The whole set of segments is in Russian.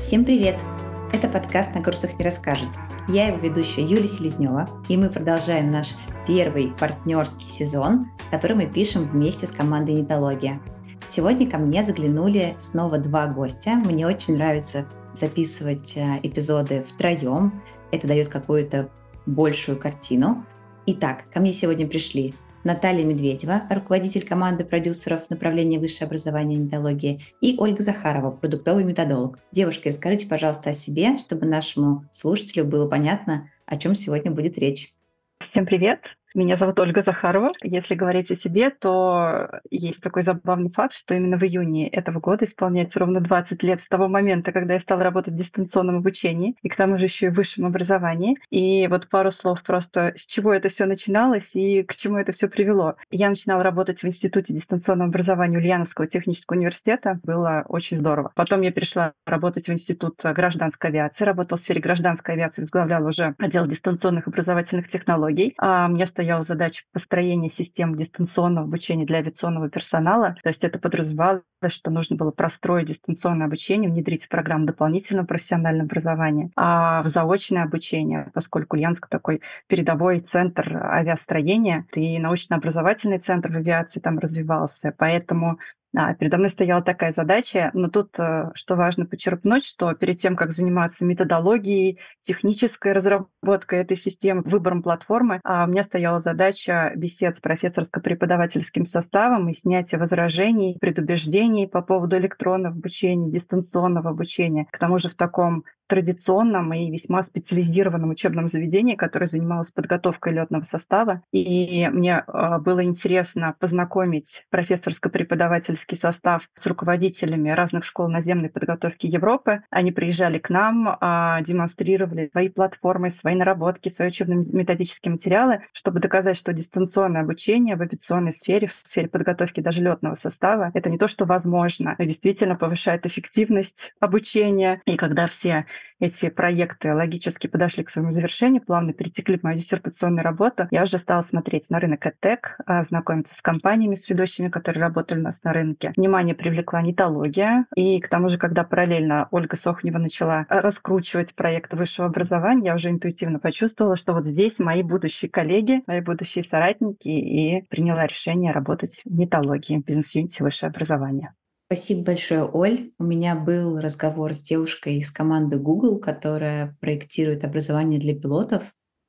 Всем привет! Это подкаст «На курсах не расскажут». Я его ведущая Юлия Селезнева, и мы продолжаем наш первый партнерский сезон, который мы пишем вместе с командой «Нетология». Сегодня ко мне заглянули снова два гостя. Мне очень нравится записывать эпизоды втроем. Это дает какую-то большую картину. Итак, ко мне сегодня пришли Наталья Медведева, руководитель команды продюсеров направления высшее образование нетологии, и Ольга Захарова, продуктовый методолог. Девушки, расскажите, пожалуйста, о себе, чтобы нашему слушателю было понятно, о чем сегодня будет речь. Всем привет! Меня зовут Ольга Захарова. Если говорить о себе, то есть такой забавный факт, что именно в июне этого года исполняется ровно 20 лет с того момента, когда я стала работать в дистанционном обучении, и к тому же еще и в высшем образовании. И вот пару слов просто, с чего это все начиналось и к чему это все привело. Я начинала работать в Институте дистанционного образования Ульяновского технического университета. Было очень здорово. Потом я перешла работать в Институт гражданской авиации, работала в сфере гражданской авиации, возглавляла уже отдел дистанционных образовательных технологий. Мне стояла задача построения систем дистанционного обучения для авиационного персонала. То есть это подразумевало, что нужно было простроить дистанционное обучение, внедрить в программу дополнительного профессионального образования, в заочное обучение, поскольку Ульяновск такой передовой центр авиастроения, и научно-образовательный центр в авиации там развивался. Поэтому передо мной стояла такая задача, но тут, что важно подчеркнуть, что перед тем, как заниматься методологией, технической разработкой этой системы, выбором платформы, у меня стояла задача бесед с профессорско-преподавательским составом и снятия возражений, предубеждений по поводу электронного обучения, дистанционного обучения. К тому же в таком традиционном и весьма специализированном учебном заведении, которое занималось подготовкой летного состава. И мне было интересно познакомить профессорско-преподавательский состав с руководителями разных школ наземной подготовки Европы. Они приезжали к нам, демонстрировали свои платформы, свои наработки, свои учебно-методические материалы, чтобы доказать, что дистанционное обучение в авиационной сфере, в сфере подготовки даже летного состава, это не то, что возможно, но действительно повышает эффективность обучения. И когда все эти проекты логически подошли к своему завершению, плавно перетекли в мою диссертационную работу, я уже стала смотреть на рынок EdTech, знакомиться с компаниями, с ведущими, которые работали у нас на рынке. Внимание привлекла нетология. И к тому же, когда параллельно Ольга Сохнева начала раскручивать проект высшего образования, я уже интуитивно почувствовала, что вот здесь мои будущие коллеги, мои будущие соратники, и приняла решение работать в нетологии, в бизнес-юните высшее образование. Спасибо большое, Оль. У меня был разговор с девушкой из команды Google, которая проектирует образование для пилотов,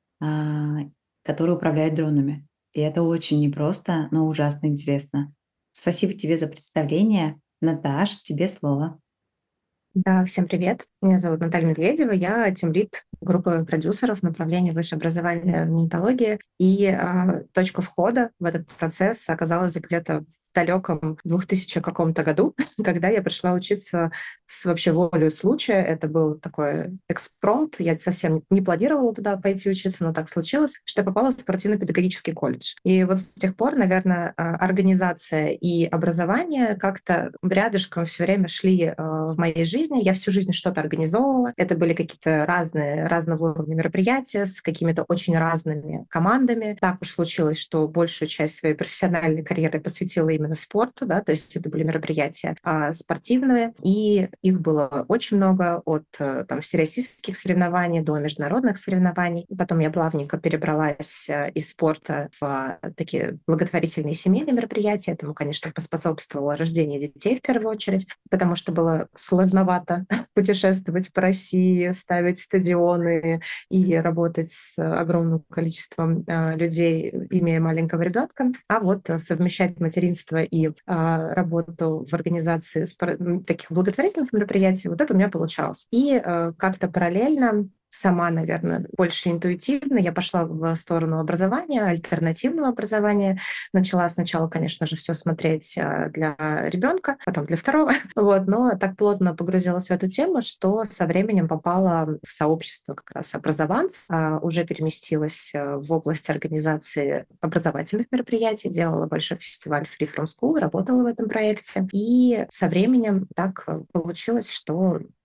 которые управляют дронами. И это очень непросто, но ужасно интересно. Спасибо тебе за представление. Наташ, тебе слово. Да, всем привет. Меня зовут Наталья Медведева, я тимлид группы продюсеров направления высшее образование в нетологии. И точка входа в этот процесс оказалась где-то в далеком 2000 каком-то году, когда я пришла учиться с вообще волей случая. Это был такой экспромт. Я совсем не планировала туда пойти учиться, но так случилось, что я попала в спортивно-педагогический колледж. И вот с тех пор, наверное, организация и образование как-то рядышком все время шли в моей жизни. Я всю жизнь что-то организовывала. Это были какие-то разного уровня мероприятия с какими-то очень разными командами. Так уж случилось, что большую часть своей профессиональной карьеры посвятила именно спорту, да, то есть это были мероприятия спортивные, и их было очень много, от всероссийских соревнований до международных соревнований. И потом я плавненько перебралась из спорта в такие благотворительные семейные мероприятия. Этому, конечно, поспособствовало рождение детей в первую очередь, потому что было сложновато путешествовать по России, ставить стадионы и работать с огромным количеством людей, имея маленького ребенка. А вот совмещать материнство и работу в организации таких благотворительных мероприятий, вот это у меня получалось. И как-то параллельно сама, наверное, больше интуитивно я пошла в сторону образования, альтернативного образования. Начала сначала, конечно же, все смотреть для ребенка, потом для второго. Вот, но так плотно погрузилась в эту тему, что со временем попала в сообщество как раз образованцев, уже переместилась в область организации образовательных мероприятий, делала большой фестиваль Free From School, работала в этом проекте. И со временем так получилось, что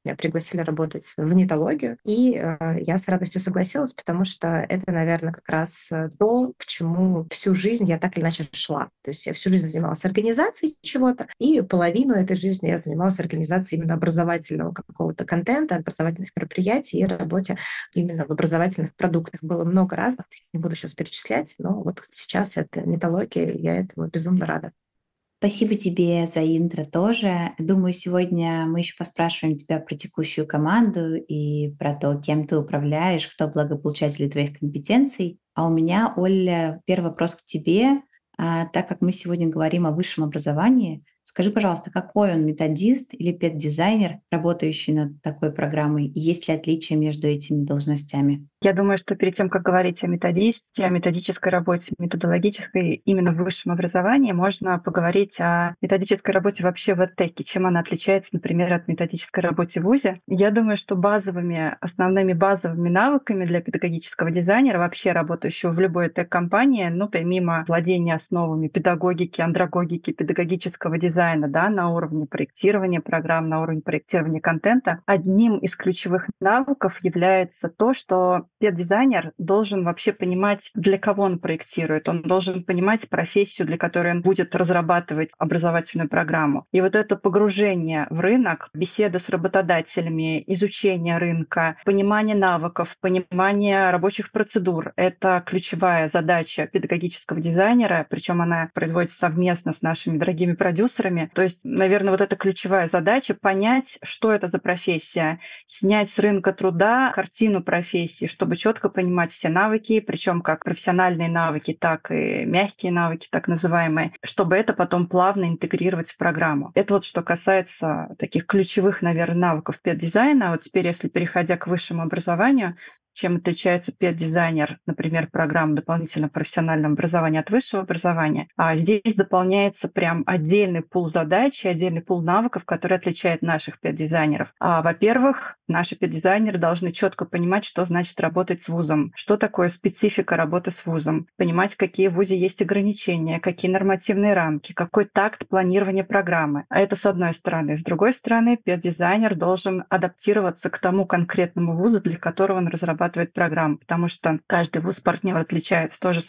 меня пригласили работать в нетологию, и я с радостью согласилась, потому что это, наверное, как раз то, к чему всю жизнь я так или иначе шла. То есть я всю жизнь занималась организацией чего-то, и половину этой жизни я занималась организацией именно образовательного какого-то контента, образовательных мероприятий и работе именно в образовательных продуктах. Было много разных, не буду сейчас перечислять, но вот сейчас это нетология, я этому безумно рада. Спасибо тебе за интро тоже. Думаю, сегодня мы еще поспрашиваем тебя про текущую команду и про то, кем ты управляешь, кто благополучатели твоих компетенций. А у меня, Оля, первый вопрос к тебе. Так как мы сегодня говорим о высшем образовании, скажи, пожалуйста, какой он методист или педдизайнер, работающий над такой программой, и есть ли отличия между этими должностями? Я думаю, что перед тем, как говорить о методисте, о методической работе, методологической именно в высшем образовании, можно поговорить о методической работе вообще в эдтеке, чем она отличается, например, от методической работы в ВУЗе. Я думаю, что основными базовыми навыками для педагогического дизайнера, вообще работающего в любой эдтек-компании, помимо владения основами педагогики, андрогогики, педагогического дизайна, на уровне проектирования программ, на уровне проектирования контента, одним из ключевых навыков является то, что педдизайнер должен вообще понимать, для кого он проектирует. Он должен понимать профессию, для которой он будет разрабатывать образовательную программу. И вот это погружение в рынок, беседа с работодателями, изучение рынка, понимание навыков, понимание рабочих процедур — это ключевая задача педагогического дизайнера, причем она производится совместно с нашими дорогими продюсерами. То есть, наверное, вот эта ключевая задача — понять, что это за профессия, снять с рынка труда картину профессии, чтобы четко понимать все навыки, причем как профессиональные навыки, так и мягкие навыки, так называемые, чтобы это потом плавно интегрировать в программу. Это вот что касается таких ключевых, наверное, навыков педдизайна. Вот теперь, если переходя к высшему образованию, чем отличается педдизайнер, например, программ дополнительного профессионального образования от высшего образования. А здесь дополняется прям отдельный пул задач и отдельный пул навыков, который отличает наших педдизайнеров. Во-первых, наши педдизайнеры должны четко понимать, что значит работать с вузом, что такое специфика работы с вузом, понимать, какие в вузе есть ограничения, какие нормативные рамки, какой такт планирования программы. А это с одной стороны. С другой стороны, педдизайнер должен адаптироваться к тому конкретному вузу, для которого он разрабатывает программу, потому что каждый вуз-партнер отличается тоже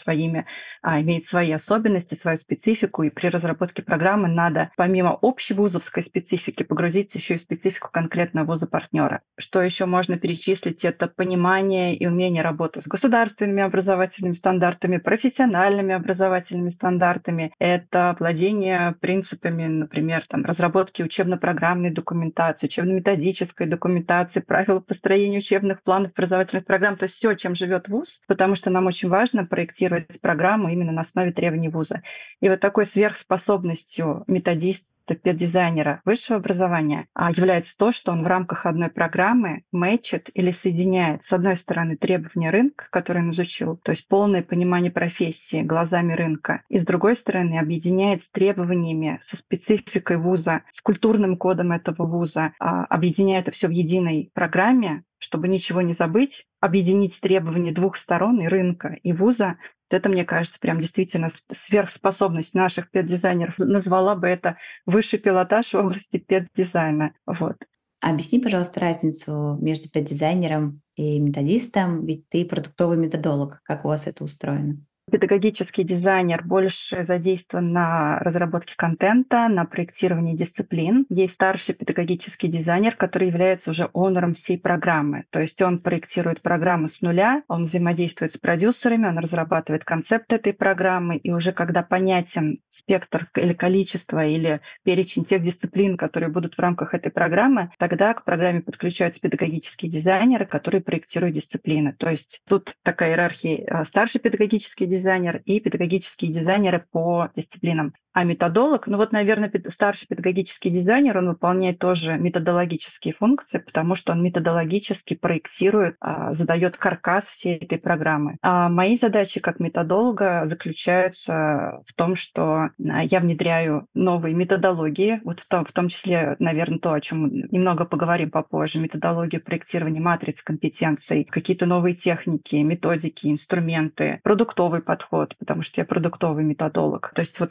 имеет свои особенности, свою специфику, и при разработке программы надо помимо общей вузовской специфики погрузиться еще и в специфику конкретного вуза-партнера. Что еще можно перечислить? Это понимание и умение работы с государственными образовательными стандартами, профессиональными образовательными стандартами. Это владение принципами, например, разработки учебно-программной документации, учебно-методической документации, правил построения учебных планов образовательных программ, то есть все, чем живет вуз, потому что нам очень важно проектировать программу именно на основе требований вуза. И вот такой сверхспособностью методиста, педдизайнера высшего образования является то, что он в рамках одной программы мэчит или соединяет, с одной стороны, требования рынка, которые он изучил, то есть полное понимание профессии глазами рынка, и с другой стороны, объединяет с требованиями, со спецификой вуза, с культурным кодом этого вуза, объединяет это все в единой программе, чтобы ничего не забыть, объединить требования двух сторон, и рынка, и вуза. Это, мне кажется, прям действительно сверхспособность наших педдизайнеров. Назвала бы это высший пилотаж в области педдизайна. Вот. Объясни, пожалуйста, разницу между педдизайнером и методистом, ведь ты продуктовый методолог. Как у вас это устроено? Педагогический дизайнер больше задействован на разработке контента, на проектировании дисциплин. Есть старший педагогический дизайнер, который является уже онором всей программы. То есть он проектирует программу с нуля, он взаимодействует с продюсерами, он разрабатывает концепт этой программы, и уже когда понятен спектр или количество, или перечень тех дисциплин, которые будут в рамках этой программы, тогда к программе подключаются педагогические дизайнеры, которые проектируют дисциплины. То есть тут такая иерархия: старший педагогический дизайнер и педагогические дизайнеры по дисциплинам. А методолог, наверное, старший педагогический дизайнер, он выполняет тоже методологические функции, потому что он методологически проектирует, задает каркас всей этой программы. А мои задачи как методолога заключаются в том, что я внедряю новые методологии, вот в том числе, наверное, то, о чем мы немного поговорим попозже, методологию проектирования матриц компетенций, какие-то новые техники, методики, инструменты, продуктовый подход, потому что я продуктовый методолог. То есть вот верхнеуровневый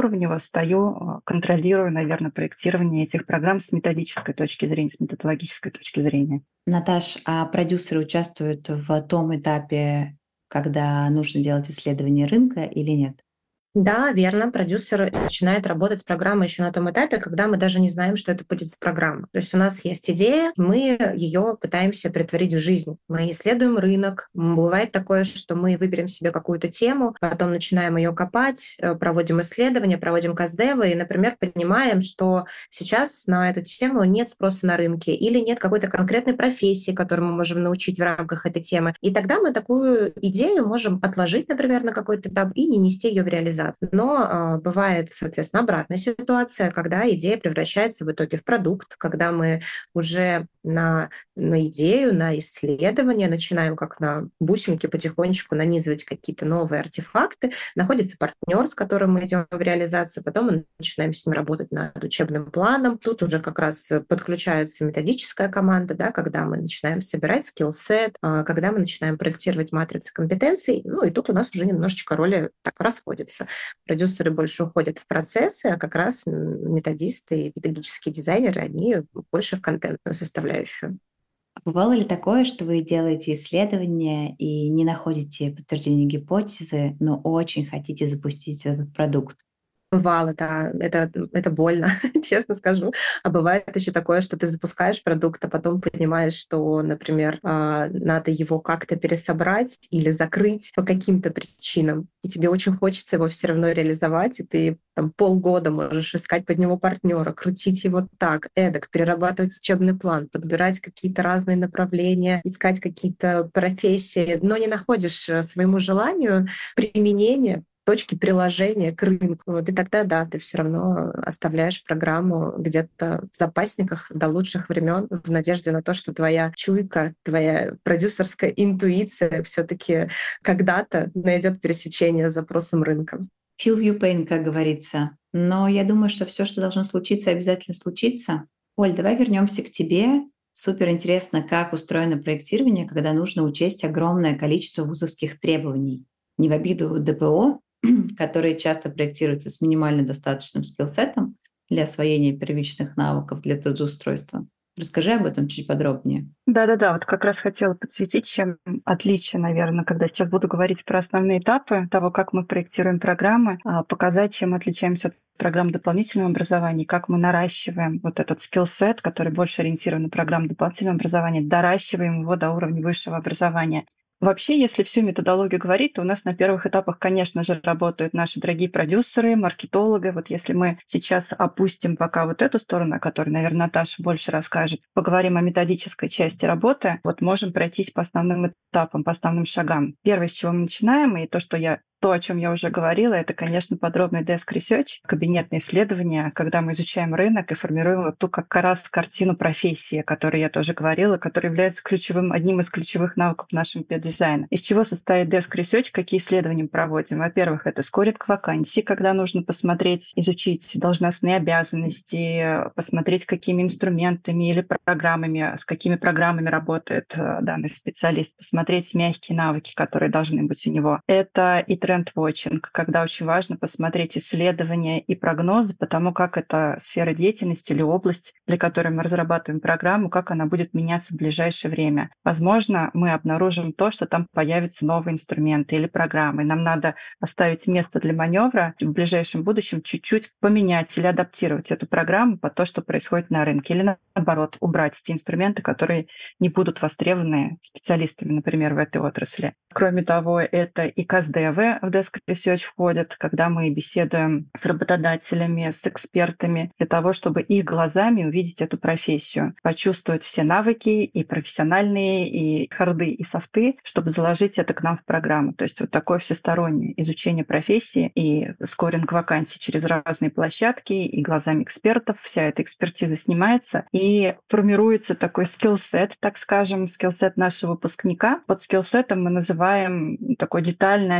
многоуровнево стою, контролирую, наверное, проектирование этих программ с методической точки зрения, с методологической точки зрения. Наташ, а продюсеры участвуют в том этапе, когда нужно делать исследование рынка или нет? Да, верно. Продюсер начинает работать с программой еще на том этапе, когда мы даже не знаем, что это будет за программа. То есть у нас есть идея, мы ее пытаемся претворить в жизнь. Мы исследуем рынок. Бывает такое, что мы выберем себе какую-то тему, потом начинаем ее копать, проводим исследования, проводим каздевы и, например, понимаем, что сейчас на эту тему нет спроса на рынке или нет какой-то конкретной профессии, которую мы можем научить в рамках этой темы. И тогда мы такую идею можем отложить, например, на какой-то этап и не нести ее в реализацию. Но бывает, соответственно, обратная ситуация, когда идея превращается в итоге в продукт, когда мы уже на идею, на исследование начинаем как на бусинки потихонечку нанизывать какие-то новые артефакты, находится партнер, с которым мы идем в реализацию, потом мы начинаем с ним работать над учебным планом. Тут уже как раз подключается методическая команда, да, когда мы начинаем собирать скиллсет, когда мы начинаем проектировать матрицы компетенций, ну и тут у нас уже немножечко роли так расходятся. Продюсеры больше уходят в процессы, а как раз методисты и педагогические дизайнеры, они больше в контентную составляющую. Бывало ли такое, что вы делаете исследования и не находите подтверждения гипотезы, но очень хотите запустить этот продукт? Бывало, да, это больно, честно скажу. А бывает еще такое, что ты запускаешь продукт, а потом понимаешь, что, например, надо его как-то пересобрать или закрыть по каким-то причинам, и тебе очень хочется его все равно реализовать, и ты там полгода можешь искать под него партнера, крутить его так, эдак, перерабатывать учебный план, подбирать какие-то разные направления, искать какие-то профессии, но не находишь своему желанию применения, точки приложения к рынку. Вот, и тогда, да, ты все равно оставляешь программу где-то в запасниках до лучших времен в надежде на то, что твоя чуйка, твоя продюсерская интуиция все-таки когда-то найдет пересечение с запросом рынка. Feel your pain, как говорится. Но я думаю, что все, что должно случиться, обязательно случится. Оль, давай вернемся к тебе. Супер интересно, как устроено проектирование, когда нужно учесть огромное количество вузовских требований. Не в обиду ДПО, которые часто проектируются с минимально достаточным скиллсетом для освоения первичных навыков для трудоустройства. Расскажи об этом чуть подробнее. Да-да-да, вот как раз хотела подсветить, чем отличие, наверное, когда сейчас буду говорить про основные этапы того, как мы проектируем программы, показать, чем отличаемся от программ дополнительного образования, как мы наращиваем вот этот скиллсет, который больше ориентирован на программу дополнительного образования, доращиваем его до уровня высшего образования. Вообще, если всю методологию говорить, то у нас на первых этапах, конечно же, работают наши дорогие продюсеры, маркетологи. Вот если мы сейчас опустим пока вот эту сторону, о которой, наверное, Наташа больше расскажет, поговорим о методической части работы, вот можем пройтись по основным этапам, по основным шагам. Первое, с чего мы начинаем, и то, о чем я уже говорила, это, конечно, подробный desk research, кабинетное исследование, когда мы изучаем рынок и формируем вот ту как раз картину профессии, о которой я тоже говорила, которая является одним из ключевых навыков нашего педдизайна. Из чего состоит desk research, какие исследования мы проводим? Во-первых, это скоринг вакансий, когда нужно посмотреть, изучить должностные обязанности, посмотреть, какими инструментами или программами, с какими программами работает данный специалист, посмотреть мягкие навыки, которые должны быть у него. Это и тренд-вотчинг, когда очень важно посмотреть исследования и прогнозы по тому, как эта сфера деятельности или область, для которой мы разрабатываем программу, как она будет меняться в ближайшее время. Возможно, мы обнаружим то, что там появятся новые инструменты или программы. Нам надо оставить место для маневра в ближайшем будущем, чуть-чуть поменять или адаптировать эту программу под то, что происходит на рынке. Или наоборот, убрать те инструменты, которые не будут востребованы специалистами, например, в этой отрасли. Кроме того, это и КСДВ в Desk Research входит, когда мы беседуем с работодателями, с экспертами, для того, чтобы их глазами увидеть эту профессию, почувствовать все навыки и профессиональные, и харды, и софты, чтобы заложить это к нам в программу. То есть вот такое всестороннее изучение профессии и скоринг вакансий через разные площадки и глазами экспертов. Вся эта экспертиза снимается и формируется такой скиллсет, так скажем, скиллсет нашего выпускника. Под скиллсетом мы называем такое детальное описание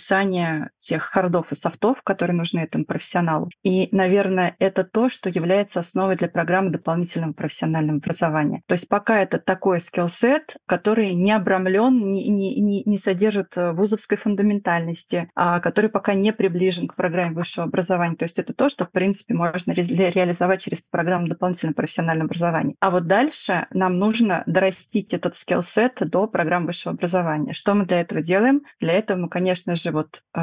описание тех хардов и софтов, которые нужны этому профессионалу. И, наверное, это то, что является основой для программы дополнительного профессионального образования. То есть пока это такой скиллсет, который не обрамлен, не содержит вузовской фундаментальности, который пока не приближен к программе высшего образования. То есть это то, что, в принципе, можно реализовать через программу дополнительного профессионального образования. А вот дальше нам нужно дорастить этот скиллсет до программы высшего образования. Что мы для этого делаем? Для этого мы, конечно же,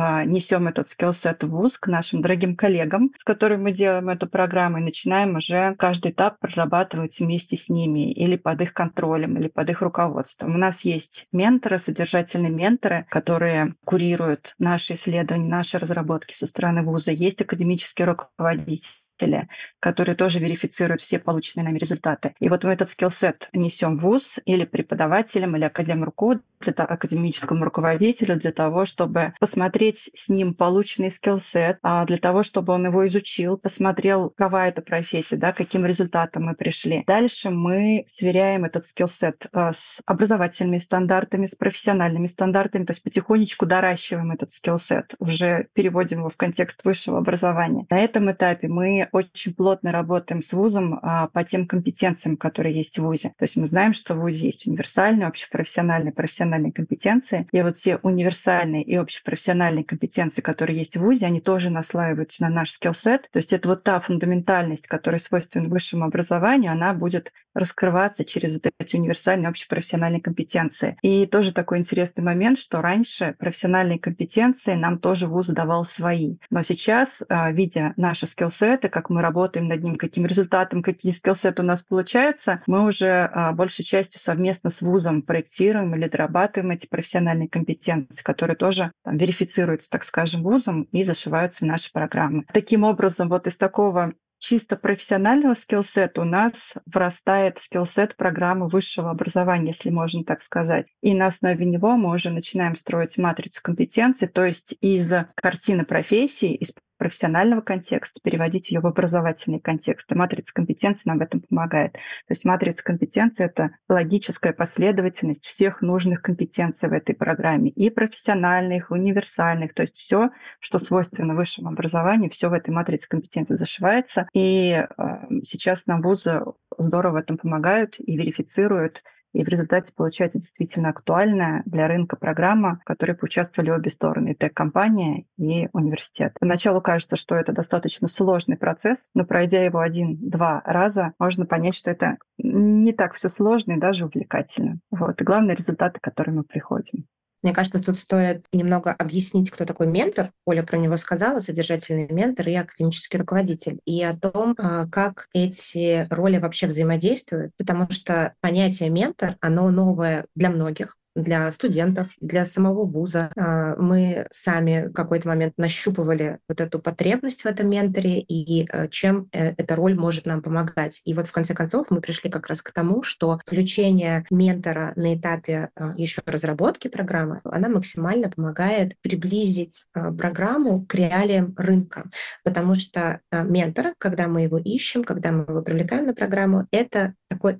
несем этот скиллсет в вуз к нашим дорогим коллегам, с которыми мы делаем эту программу, и начинаем уже каждый этап прорабатывать вместе с ними или под их контролем, или под их руководством. У нас есть менторы, содержательные менторы, которые курируют наши исследования, наши разработки со стороны вуза. Есть академические руководители, которые тоже верифицируют все полученные нами результаты. И вот мы этот скиллсет несем в вуз или преподавателям, или академическому руководителю для того, чтобы посмотреть с ним полученный скиллсет, для того, чтобы он его изучил, посмотрел, какова это профессия, да, к каким результатам мы пришли. Дальше мы сверяем этот скиллсет с образовательными стандартами, с профессиональными стандартами, то есть потихонечку доращиваем этот скиллсет, уже переводим его в контекст высшего образования. На этом этапе мы очень плотно работаем с вузом по тем компетенциям, которые есть в вузе. То есть мы знаем, что в вузе есть универсальные, общепрофессиональные, профессиональные компетенции. И вот все универсальные и общепрофессиональные компетенции, которые есть в вузе, они тоже наслаиваются на наш скиллсет. То есть это вот та фундаментальность, которая свойственна высшему образованию, она будет раскрываться через вот эти универсальные общепрофессиональные компетенции. И тоже такой интересный момент, что раньше профессиональные компетенции нам тоже вуз давал свои. Но сейчас, видя наши скиллсеты, как мы работаем над ним, каким результатом, какие скиллсеты у нас получаются, мы уже большей частью совместно с вузом проектируем или дорабатываем эти профессиональные компетенции, которые тоже верифицируются, так скажем, вузом и зашиваются в наши программы. Таким образом, вот из такого чисто профессионального скиллсета у нас вырастает скиллсет программы высшего образования, если можно так сказать. И на основе него мы уже начинаем строить матрицу компетенций, то есть из картины профессии, из профессионального контекста переводить ее в образовательный контекст. И матрица компетенций нам в этом помогает. То есть матрица компетенций — это логическая последовательность всех нужных компетенций в этой программе. И профессиональных, и универсальных. То есть все, что свойственно высшему образованию, все в этой матрице компетенций зашивается. И сейчас нам вузы здорово в этом помогают и верифицируют. И в результате получается действительно актуальная для рынка программа, в которой поучаствовали обе стороны, и тех-компания, и университет. Поначалу кажется, что это достаточно сложный процесс, но пройдя его 1-2 раза, можно понять, что это не так все сложно и даже увлекательно. Вот. И главные результаты, к которым мы приходим. Мне кажется, тут стоит немного объяснить, кто такой ментор. Оля про него сказала, содержательный ментор и академический руководитель. И о том, как эти роли вообще взаимодействуют. Потому что понятие ментор, оно новое для многих. Для студентов, для самого вуза. Мы сами в какой-то момент нащупывали вот эту потребность в этом менторе и чем эта роль может нам помогать. И вот в конце концов мы пришли как раз к тому, что включение ментора на этапе еще разработки программы, она максимально помогает приблизить программу к реалиям рынка. Потому что ментор, когда мы его ищем, когда мы его привлекаем на программу, это такой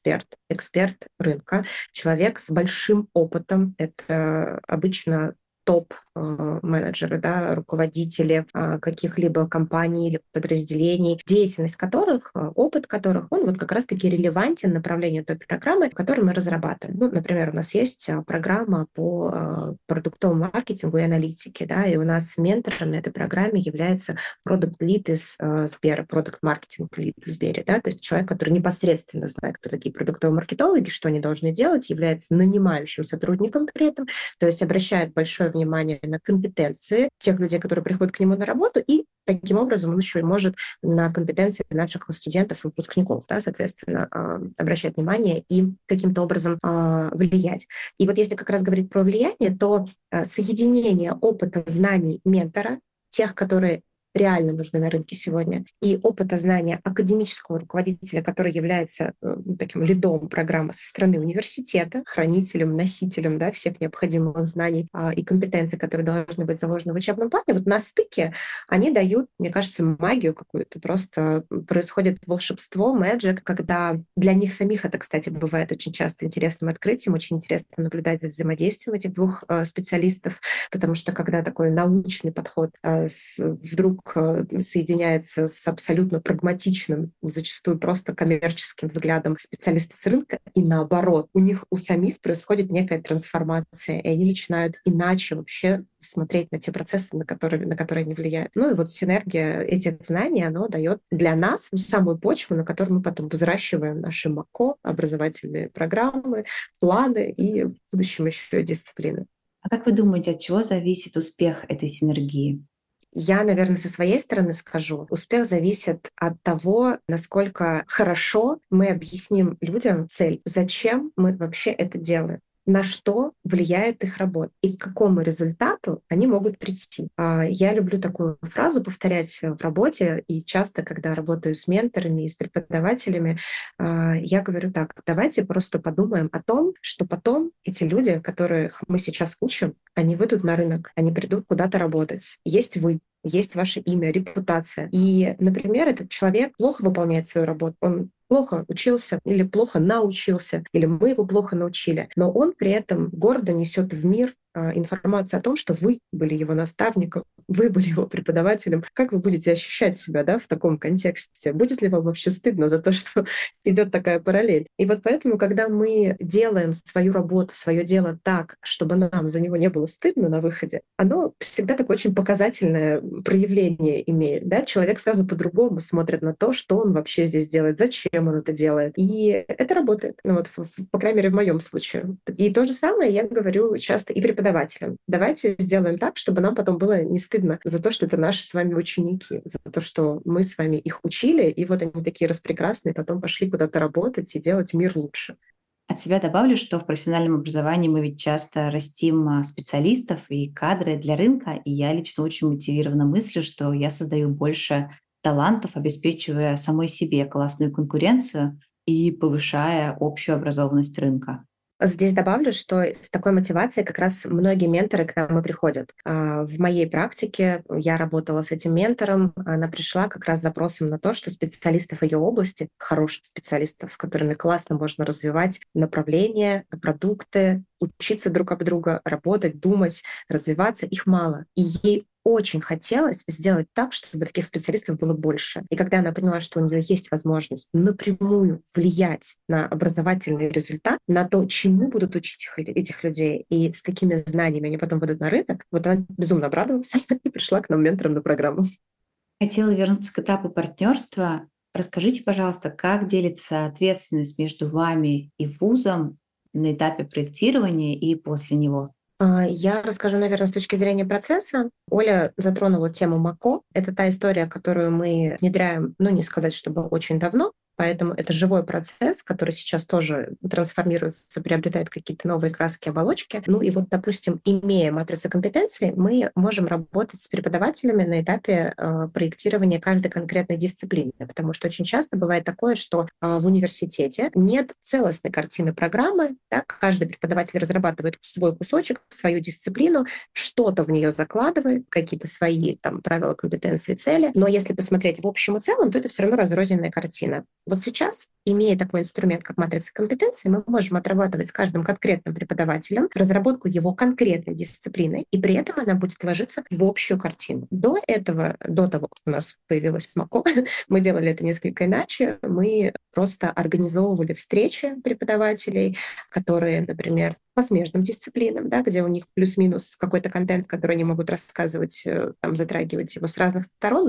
эксперт рынка, человек с большим опытом. Это обычно топ-менеджеры, да, руководители каких-либо компаний или подразделений, деятельность которых, опыт которых, он вот как раз-таки релевантен направлению той программы, которую мы разрабатываем. Ну, например, у нас есть программа по продуктовому маркетингу и аналитике, да, и у нас ментором на этой программе является продукт-лид из Сбера, продукт-маркетинг-лид из Сбера, да, то есть человек, который непосредственно знает, кто такие продуктовые маркетологи, что они должны делать, является нанимающим сотрудником при этом, то есть обращает большое внимание на компетенции тех людей, которые приходят к нему на работу, и таким образом он еще и может на компетенции наших студентов и выпускников, да, соответственно, обращать внимание и каким-то образом влиять. И вот если как раз говорить про влияние, то соединение опыта, знаний ментора, тех, которые реально нужны на рынке сегодня, и опыта знания академического руководителя, который является таким лидом программы со стороны университета, хранителем, носителем, да, всех необходимых знаний и компетенций, которые должны быть заложены в учебном плане, вот на стыке они дают, мне кажется, магию какую-то. Просто происходит волшебство, magic, когда для них самих это, кстати, бывает очень часто интересным открытием, очень интересно наблюдать за взаимодействием этих двух специалистов, потому что когда такой научный подход вдруг соединяется с абсолютно прагматичным, зачастую просто коммерческим взглядом специалиста с рынка, и наоборот, у них у самих происходит некая трансформация, и они начинают иначе вообще смотреть на те процессы, на которые они влияют. Ну и вот синергия этих знаний, она дает для нас самую почву, на которой мы потом взращиваем наши МАКО, образовательные программы, планы и в будущем еще и дисциплины. А как вы думаете, от чего зависит успех этой синергии? Я, наверное, со своей стороны скажу, успех зависит от того, насколько хорошо мы объясним людям цель, зачем мы вообще это делаем, на что влияет их работа и к какому результату они могут прийти. Я люблю такую фразу повторять в работе, и часто, когда работаю с менторами и с преподавателями, я говорю так: давайте просто подумаем о том, что потом эти люди, которых мы сейчас учим, они выйдут на рынок, они придут куда-то работать. Есть вы, есть ваше имя, репутация. И, например, этот человек плохо выполняет свою работу, он плохо учился или плохо научился, или мы его плохо научили, но он при этом гордо несет в мир информацию о том, что вы были его наставником, вы были его преподавателем. Как вы будете ощущать себя, да, в таком контексте? Будет ли вам вообще стыдно за то, что идет такая параллель? И вот поэтому, когда мы делаем свою работу, свое дело так, чтобы нам за него не было стыдно на выходе, оно всегда такое очень показательное проявление имеет. Да? Человек сразу по-другому смотрит на то, что он вообще здесь делает, зачем он это делает. И это работает. Ну, вот, по крайней мере, в моем случае. И то же самое я говорю часто и преподавателям. Давайте сделаем так, чтобы нам потом было не стыдно за то, что это наши с вами ученики, за то, что мы с вами их учили, и вот они такие распрекрасные, потом пошли куда-то работать и делать мир лучше. От себя добавлю, что в профессиональном образовании мы ведь часто растим специалистов и кадры для рынка, и я лично очень мотивирована мыслью, что я создаю больше талантов, обеспечивая самой себе классную конкуренцию и повышая общую образованность рынка. Здесь добавлю, что с такой мотивацией как раз многие менторы к нам и приходят. В моей практике я работала с этим ментором, она пришла как раз с запросом на то, что специалистов ее области, хороших специалистов, с которыми классно можно развивать направления, продукты, учиться друг об друга, работать, думать, развиваться, их мало. И ей очень хотелось сделать так, чтобы таких специалистов было больше. И когда она поняла, что у нее есть возможность напрямую влиять на образовательный результат, на то, чему будут учить этих людей и с какими знаниями они потом выйдут на рынок, вот она безумно обрадовалась и пришла к нам ментором на программу. Хотела вернуться к этапу партнерства. Расскажите, пожалуйста, как делится ответственность между вами и вузом на этапе проектирования и после него? Я расскажу, наверное, с точки зрения процесса. Оля затронула тему МАКО. Это та история, которую мы внедряем, ну, не сказать, чтобы очень давно, поэтому это живой процесс, который сейчас тоже трансформируется, приобретает какие-то новые краски, оболочки. Ну и вот, допустим, имея матрицу компетенций, мы можем работать с преподавателями на этапе проектирования каждой конкретной дисциплины, потому что очень часто бывает такое, что в университете нет целостной картины программы, да, каждый преподаватель разрабатывает свой кусочек, свою дисциплину, что-то в нее закладывает, какие-то свои там правила, компетенции, цели, но если посмотреть в общем и целом, то это все равно разрозненная картина. Вот сейчас, имея такой инструмент, как матрица компетенций, мы можем отрабатывать с каждым конкретным преподавателем разработку его конкретной дисциплины, и при этом она будет ложиться в общую картину. До того, как у нас появилась МАКО, мы делали это несколько иначе. Мы просто организовывали встречи преподавателей, которые, например, по смежным дисциплинам, да, где у них плюс-минус какой-то контент, который они могут рассказывать, там, затрагивать его с разных сторон, но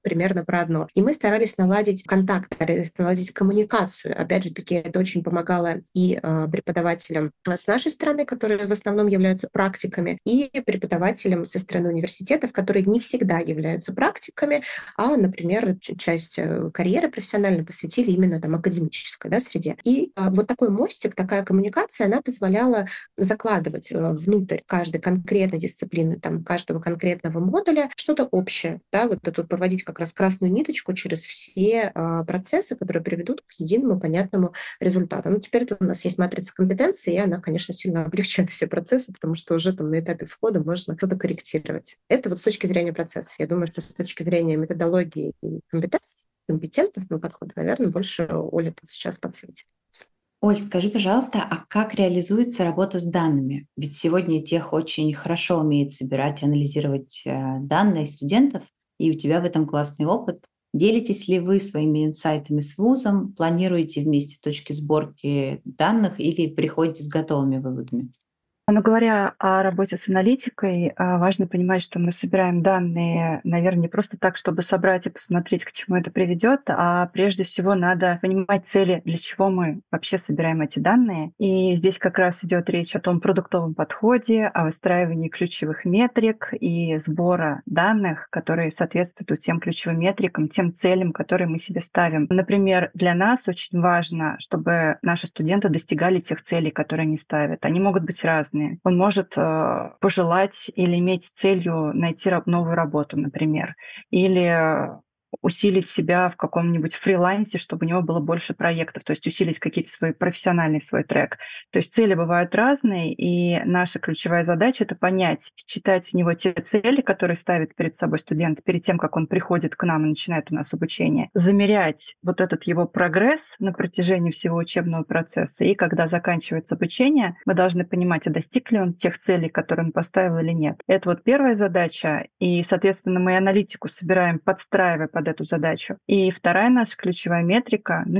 примерно про одно. И мы старались наладить контакт, старались наладить коммуникацию. Опять же таки, это очень помогало и преподавателям с нашей стороны, которые в основном являются практиками, и преподавателям со стороны университетов, которые не всегда являются практиками, а, например, часть карьеры профессионально посвятили именно там академической, да, среде. И вот такой мостик, такая коммуникация, она позволяла закладывать внутрь каждой конкретной дисциплины, там, каждого конкретного модуля что-то общее, да, вот тут проводить как раз красную ниточку через все процессы, которые приведут к единому понятному результату. Ну, теперь тут у нас есть матрица компетенций, и она, конечно, сильно облегчает все процессы, потому что уже там на этапе входа можно что-то корректировать. Это вот с точки зрения процессов. Я думаю, что с точки зрения методологии и компетентного подхода, наверное, больше Оля тут сейчас подсветит. Оль, скажи, пожалуйста, а как реализуется работа с данными? Ведь сегодня тех очень хорошо умеет собирать и анализировать данные студентов, и у тебя в этом классный опыт. Делитесь ли вы своими инсайтами с вузом? Планируете вместе точки сборки данных или приходите с готовыми выводами? Но говоря о работе с аналитикой, важно понимать, что мы собираем данные, наверное, не просто так, чтобы собрать и посмотреть, к чему это приведет, а прежде всего надо понимать цели, для чего мы вообще собираем эти данные. И здесь как раз идет речь о том продуктовом подходе, о выстраивании ключевых метрик и сбора данных, которые соответствуют тем ключевым метрикам, тем целям, которые мы себе ставим. Например, для нас очень важно, чтобы наши студенты достигали тех целей, которые они ставят. Они могут быть разные. Он может пожелать или иметь целью найти новую работу, например, или усилить себя в каком-нибудь фрилансе, чтобы у него было больше проектов, то есть усилить какие-то свои профессиональный свой трек. То есть цели бывают разные, и наша ключевая задача — это понять, считать с него те цели, которые ставит перед собой студент перед тем, как он приходит к нам и начинает у нас обучение, замерять вот этот его прогресс на протяжении всего учебного процесса, и когда заканчивается обучение, мы должны понимать, а достиг ли он тех целей, которые он поставил или нет. Это вот первая задача, и, соответственно, мы аналитику собираем, подстраивая под эту задачу. И вторая наша ключевая метрика, ну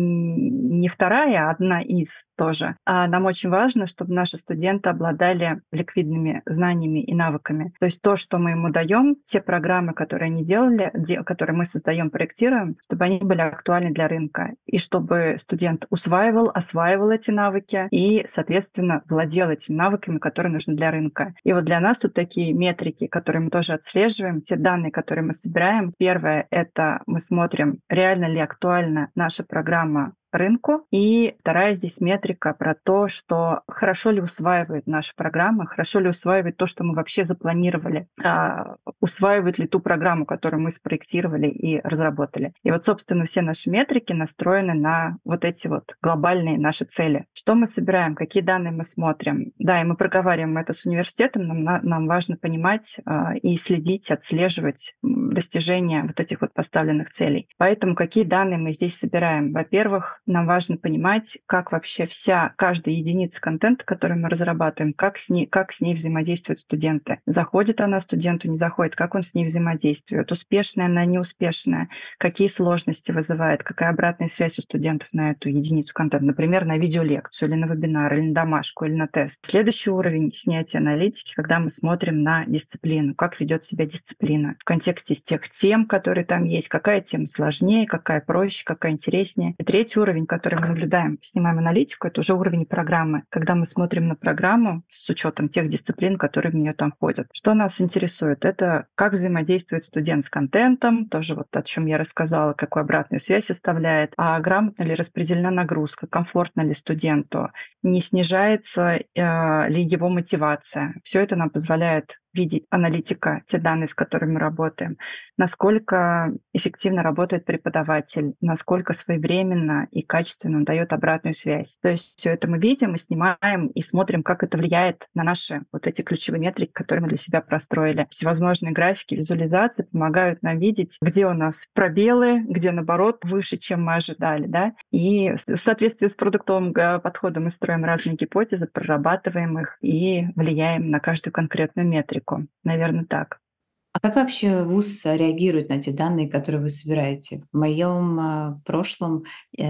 не вторая, а одна из тоже. А нам очень важно, чтобы наши студенты обладали ликвидными знаниями и навыками. То есть то, что мы ему даем, те программы, которые они делали, которые мы создаем, проектируем, чтобы они были актуальны для рынка. И чтобы студент осваивал эти навыки и, соответственно, владел этими навыками, которые нужны для рынка. И вот для нас тут такие метрики, которые мы тоже отслеживаем, те данные, которые мы собираем. Первое — это мы смотрим, реально ли актуальна наша программа рынку. И вторая здесь метрика про то, что хорошо ли усваивает наша программа, хорошо ли усваивает то, что мы вообще запланировали, усваивает ли ту программу, которую мы спроектировали и разработали. И вот, собственно, все наши метрики настроены на вот эти вот глобальные наши цели. Что мы собираем, какие данные мы смотрим. Да, и мы проговариваем это с университетом, нам важно понимать и следить, отслеживать достижения вот этих вот поставленных целей. Поэтому какие данные мы здесь собираем? Во-первых, нам важно понимать, как вообще каждая единица контента, который мы разрабатываем, как с ней взаимодействуют студенты. Заходит она студенту, не заходит, как он с ней взаимодействует, успешная она, неуспешная, какие сложности вызывает, какая обратная связь у студентов на эту единицу контента, например, на видеолекцию или на вебинар, или на домашку, или на тест. Следующий уровень снятия аналитики, когда мы смотрим на дисциплину, как ведет себя дисциплина в контексте тех тем, которые там есть, какая тема сложнее, какая проще, какая интереснее. И третий уровень, который мы наблюдаем, снимаем аналитику, это уже уровень программы, когда мы смотрим на программу с учетом тех дисциплин, которые в нее там входят. Что нас интересует? Это как взаимодействует студент с контентом, тоже вот о чем я рассказала, какую обратную связь оставляет, а грамотно ли распределена нагрузка, комфортно ли студенту, не снижается ли его мотивация. Все это нам позволяет видеть аналитика, те данные, с которыми мы работаем, насколько эффективно работает преподаватель, насколько своевременно и качественно он дает обратную связь. То есть все это мы видим, мы снимаем и смотрим, как это влияет на наши вот эти ключевые метрики, которые мы для себя простроили. Всевозможные графики, визуализации помогают нам видеть, где у нас пробелы, где, наоборот, выше, чем мы ожидали. Да? И в соответствии с продуктовым подходом мы строим разные гипотезы, прорабатываем их и влияем на каждую конкретную метрику. Наверное, так. А как вообще ВУЗ реагирует на те данные, которые вы собираете? В моем прошлом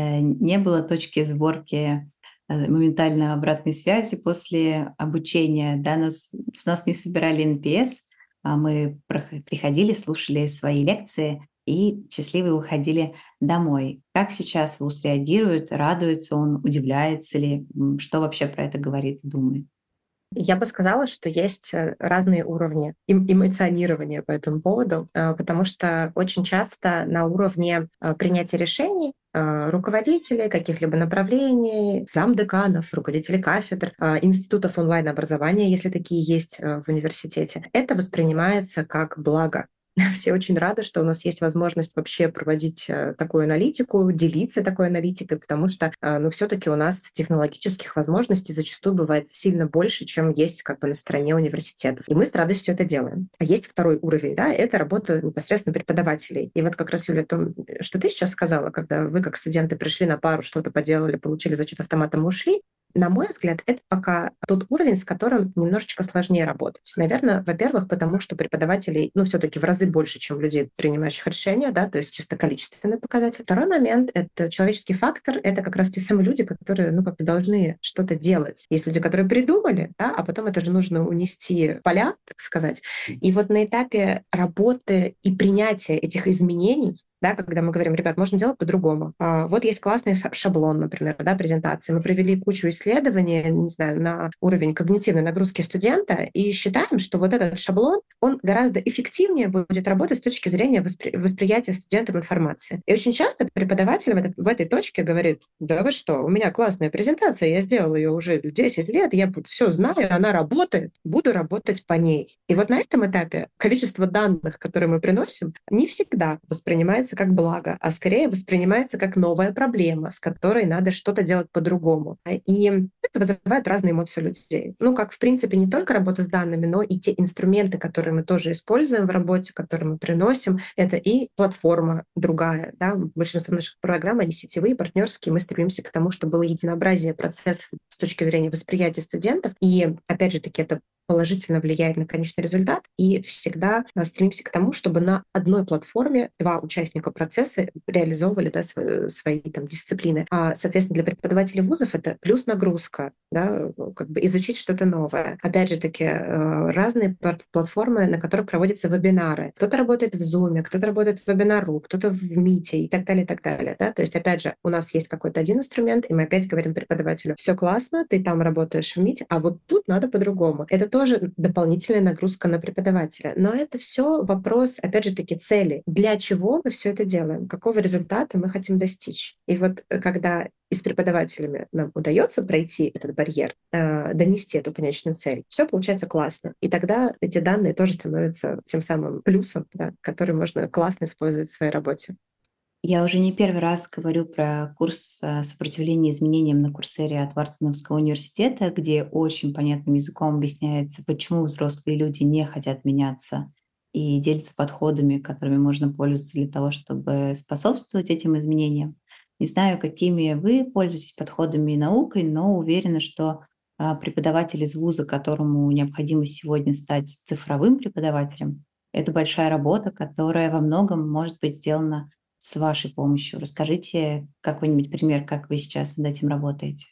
не было точки сборки моментально обратной связи после обучения. Да, с нас не собирали НПС, а мы приходили, слушали свои лекции, и счастливые уходили домой. Как сейчас ВУЗ реагирует? Радуется он, удивляется ли? Что вообще про это говорит и думает? Я бы сказала, что есть разные уровни эмоционирования по этому поводу, потому что очень часто на уровне принятия решений руководителей каких-либо направлений, замдеканов, руководителей кафедр, институтов онлайн-образования, если такие есть в университете, это воспринимается как благо. Все очень рады, что у нас есть возможность вообще проводить такую аналитику, делиться такой аналитикой, потому что все-таки у нас технологических возможностей зачастую бывает сильно больше, чем есть как бы на стороне университетов. И мы с радостью это делаем. А есть второй уровень, да, это работа непосредственно преподавателей. И вот как раз, Юля, то, что ты сейчас сказала, когда вы как студенты пришли на пару, что-то поделали, получили зачет автоматом и ушли, на мой взгляд, это пока тот уровень, с которым немножечко сложнее работать. Наверное, во-первых, потому что преподавателей, все-таки в разы больше, чем людей, принимающих решения, да, то есть чисто количественный показатель. Второй момент — это человеческий фактор, это как раз те самые люди, которые, как бы должны что-то делать. Есть люди, которые придумали, да, а потом это же нужно унести в поля, так сказать. И вот на этапе работы и принятия этих изменений, да, когда мы говорим, ребят, можно делать по-другому. Вот есть классный шаблон, например, да, презентации. Мы провели кучу исследований, не знаю, на уровень когнитивной нагрузки студента и считаем, что вот этот шаблон, он гораздо эффективнее будет работать с точки зрения восприятия студентам информации. И очень часто преподаватель в этой точке говорит, да вы что, у меня классная презентация, я сделала ее уже 10 лет, я все знаю, она работает, буду работать по ней. И вот на этом этапе количество данных, которые мы приносим, не всегда воспринимается как благо, а скорее воспринимается как новая проблема, с которой надо что-то делать по-другому. И это вызывает разные эмоции у людей. Как, в принципе, не только работа с данными, но и те инструменты, которые мы тоже используем в работе, которые мы приносим. Это и платформа другая. Да? Большинство наших программ, они сетевые, партнерские. Мы стремимся к тому, чтобы было единообразие процессов с точки зрения восприятия студентов. И, опять же таки, это положительно влияет на конечный результат, и всегда стремимся к тому, чтобы на одной платформе два участника процесса реализовывали, да, свои там, дисциплины. Соответственно, для преподавателей вузов это плюс нагрузка, да, как бы изучить что-то новое. Опять же таки, разные платформы, на которых проводятся вебинары. Кто-то работает в Zoom, кто-то работает в Webinar.ru, кто-то в Meet и так далее, и так далее. Да? То есть, опять же, у нас есть какой-то один инструмент, и мы опять говорим преподавателю, все классно, ты там работаешь в Meet, а вот тут надо по-другому. Это тоже дополнительная нагрузка на преподавателя. Но это все вопрос, опять же таки, цели. Для чего мы все это делаем? Какого результата мы хотим достичь? И вот когда и с преподавателями нам удается пройти этот барьер, донести эту конечную цель, все получается классно. И тогда эти данные тоже становятся тем самым плюсом, да, который можно классно использовать в своей работе. Я уже не первый раз говорю про курс сопротивления изменениям на Курсере от Вартоновского университета, где очень понятным языком объясняется, почему взрослые люди не хотят меняться, и делятся подходами, которыми можно пользоваться для того, чтобы способствовать этим изменениям. Не знаю, какими вы пользуетесь подходами и наукой, но уверена, что преподаватель из вуза, которому необходимо сегодня стать цифровым преподавателем, это большая работа, которая во многом может быть сделана с вашей помощью. Расскажите какой-нибудь пример, как вы сейчас над этим работаете.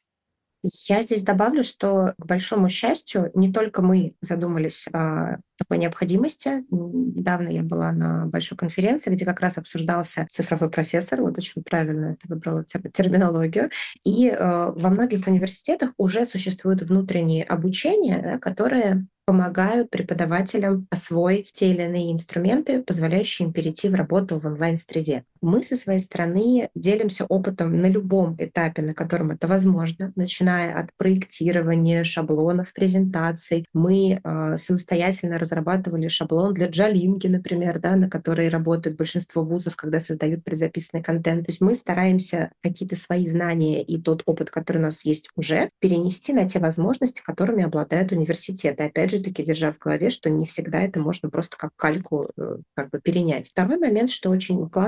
Я здесь добавлю, что, к большому счастью, не только мы задумались о такой необходимости. Недавно я была на большой конференции, где как раз обсуждался цифровой профессор, вот очень правильно ты выбрала терминологию. И во многих университетах уже существуют внутренние обучения, да, которые помогают преподавателям освоить те или иные инструменты, позволяющие им перейти в работу в онлайн-среде. Мы со своей стороны делимся опытом на любом этапе, на котором это возможно, начиная от проектирования шаблонов, презентаций. Мы самостоятельно разрабатывали шаблон для Джалинги, например, да, на которой работает большинство вузов, когда создают предзаписанный контент. То есть мы стараемся какие-то свои знания и тот опыт, который у нас есть уже, перенести на те возможности, которыми обладают университеты. Опять же таки, держа в голове, что не всегда это можно просто как кальку как бы перенять. Второй момент, что очень классно работает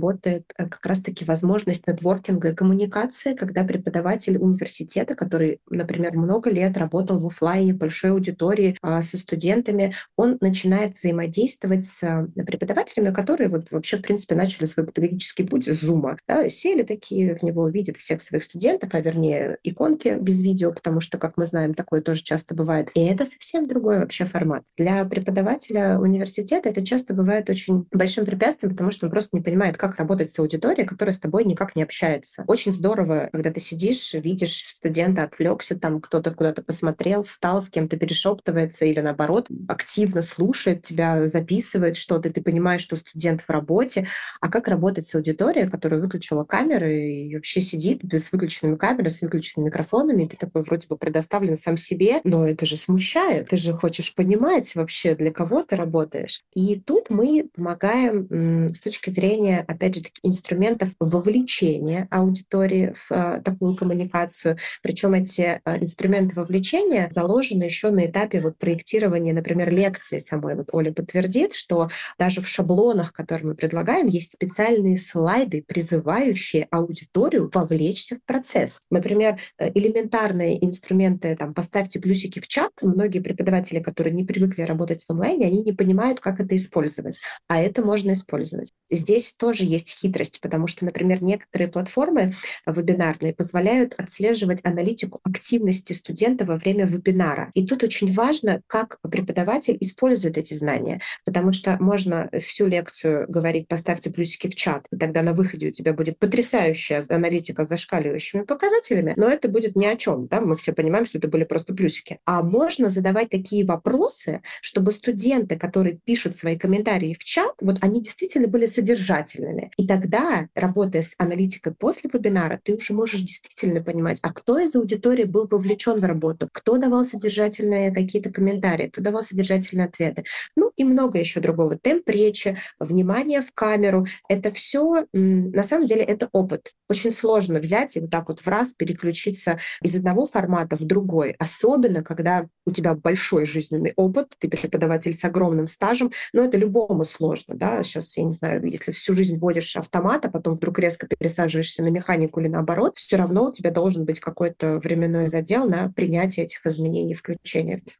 работает как раз-таки возможность нетворкинга и коммуникации, когда преподаватель университета, который, например, много лет работал в офлайне, в большой аудитории со студентами, он начинает взаимодействовать с преподавателями, которые вот вообще, в принципе, начали свой педагогический путь с Zoom. Да, сели такие, в него видят всех своих студентов, а вернее иконки без видео, потому что, как мы знаем, такое тоже часто бывает. И это совсем другой вообще формат. Для преподавателя университета это часто бывает очень большим препятствием, потому что он просто не понимает, как работать с аудиторией, которая с тобой никак не общается. Очень здорово, когда ты сидишь, видишь студента, отвлекся, там кто-то куда-то посмотрел, встал, с кем-то перешептывается или наоборот активно слушает тебя, записывает что-то, ты понимаешь, что студент в работе. А как работать с аудиторией, которая выключила камеры и вообще сидит без выключенными камерами, с выключенными микрофонами, и ты такой вроде бы предоставлен сам себе, но это же смущает. Ты же хочешь понимать вообще, для кого ты работаешь. И тут мы помогаем с точки зрения, опять же, таки, инструментов вовлечения аудитории в такую коммуникацию. Причем эти инструменты вовлечения заложены еще на этапе вот проектирования, например, лекции самой. Вот Оля подтвердит, что даже в шаблонах, которые мы предлагаем, есть специальные слайды, призывающие аудиторию вовлечься в процесс. Например, элементарные инструменты, там, поставьте плюсики в чат. Многие преподаватели, которые не привыкли работать в онлайне, они не понимают, как это использовать. А это можно использовать. Здесь тоже есть хитрость, потому что, например, некоторые платформы вебинарные позволяют отслеживать аналитику активности студента во время вебинара. И тут очень важно, как преподаватель использует эти знания, потому что можно всю лекцию говорить «поставьте плюсики в чат», и тогда на выходе у тебя будет потрясающая аналитика с зашкаливающими показателями, но это будет ни о чем. Да? Мы все понимаем, что это были просто плюсики. А можно задавать такие вопросы, чтобы студенты, которые пишут свои комментарии в чат, вот они действительно были содержательными. И тогда, работая с аналитикой после вебинара, ты уже можешь действительно понимать, а кто из аудитории был вовлечен в работу, кто давал содержательные какие-то комментарии, кто давал содержательные ответы. Ну и много еще другого. Темп речи, внимание в камеру. Это все, на самом деле, это опыт. Очень сложно взять и вот так вот в раз переключиться из одного формата в другой. Особенно, когда у тебя большой жизненный опыт, ты преподаватель с огромным стажем, но это любому сложно. Да? Сейчас, я не знаю, если всю жизнь водишь автомат, а потом вдруг резко пересаживаешься на механику или наоборот, все равно у тебя должен быть какой-то временной задел на принятие этих изменений и включение в них.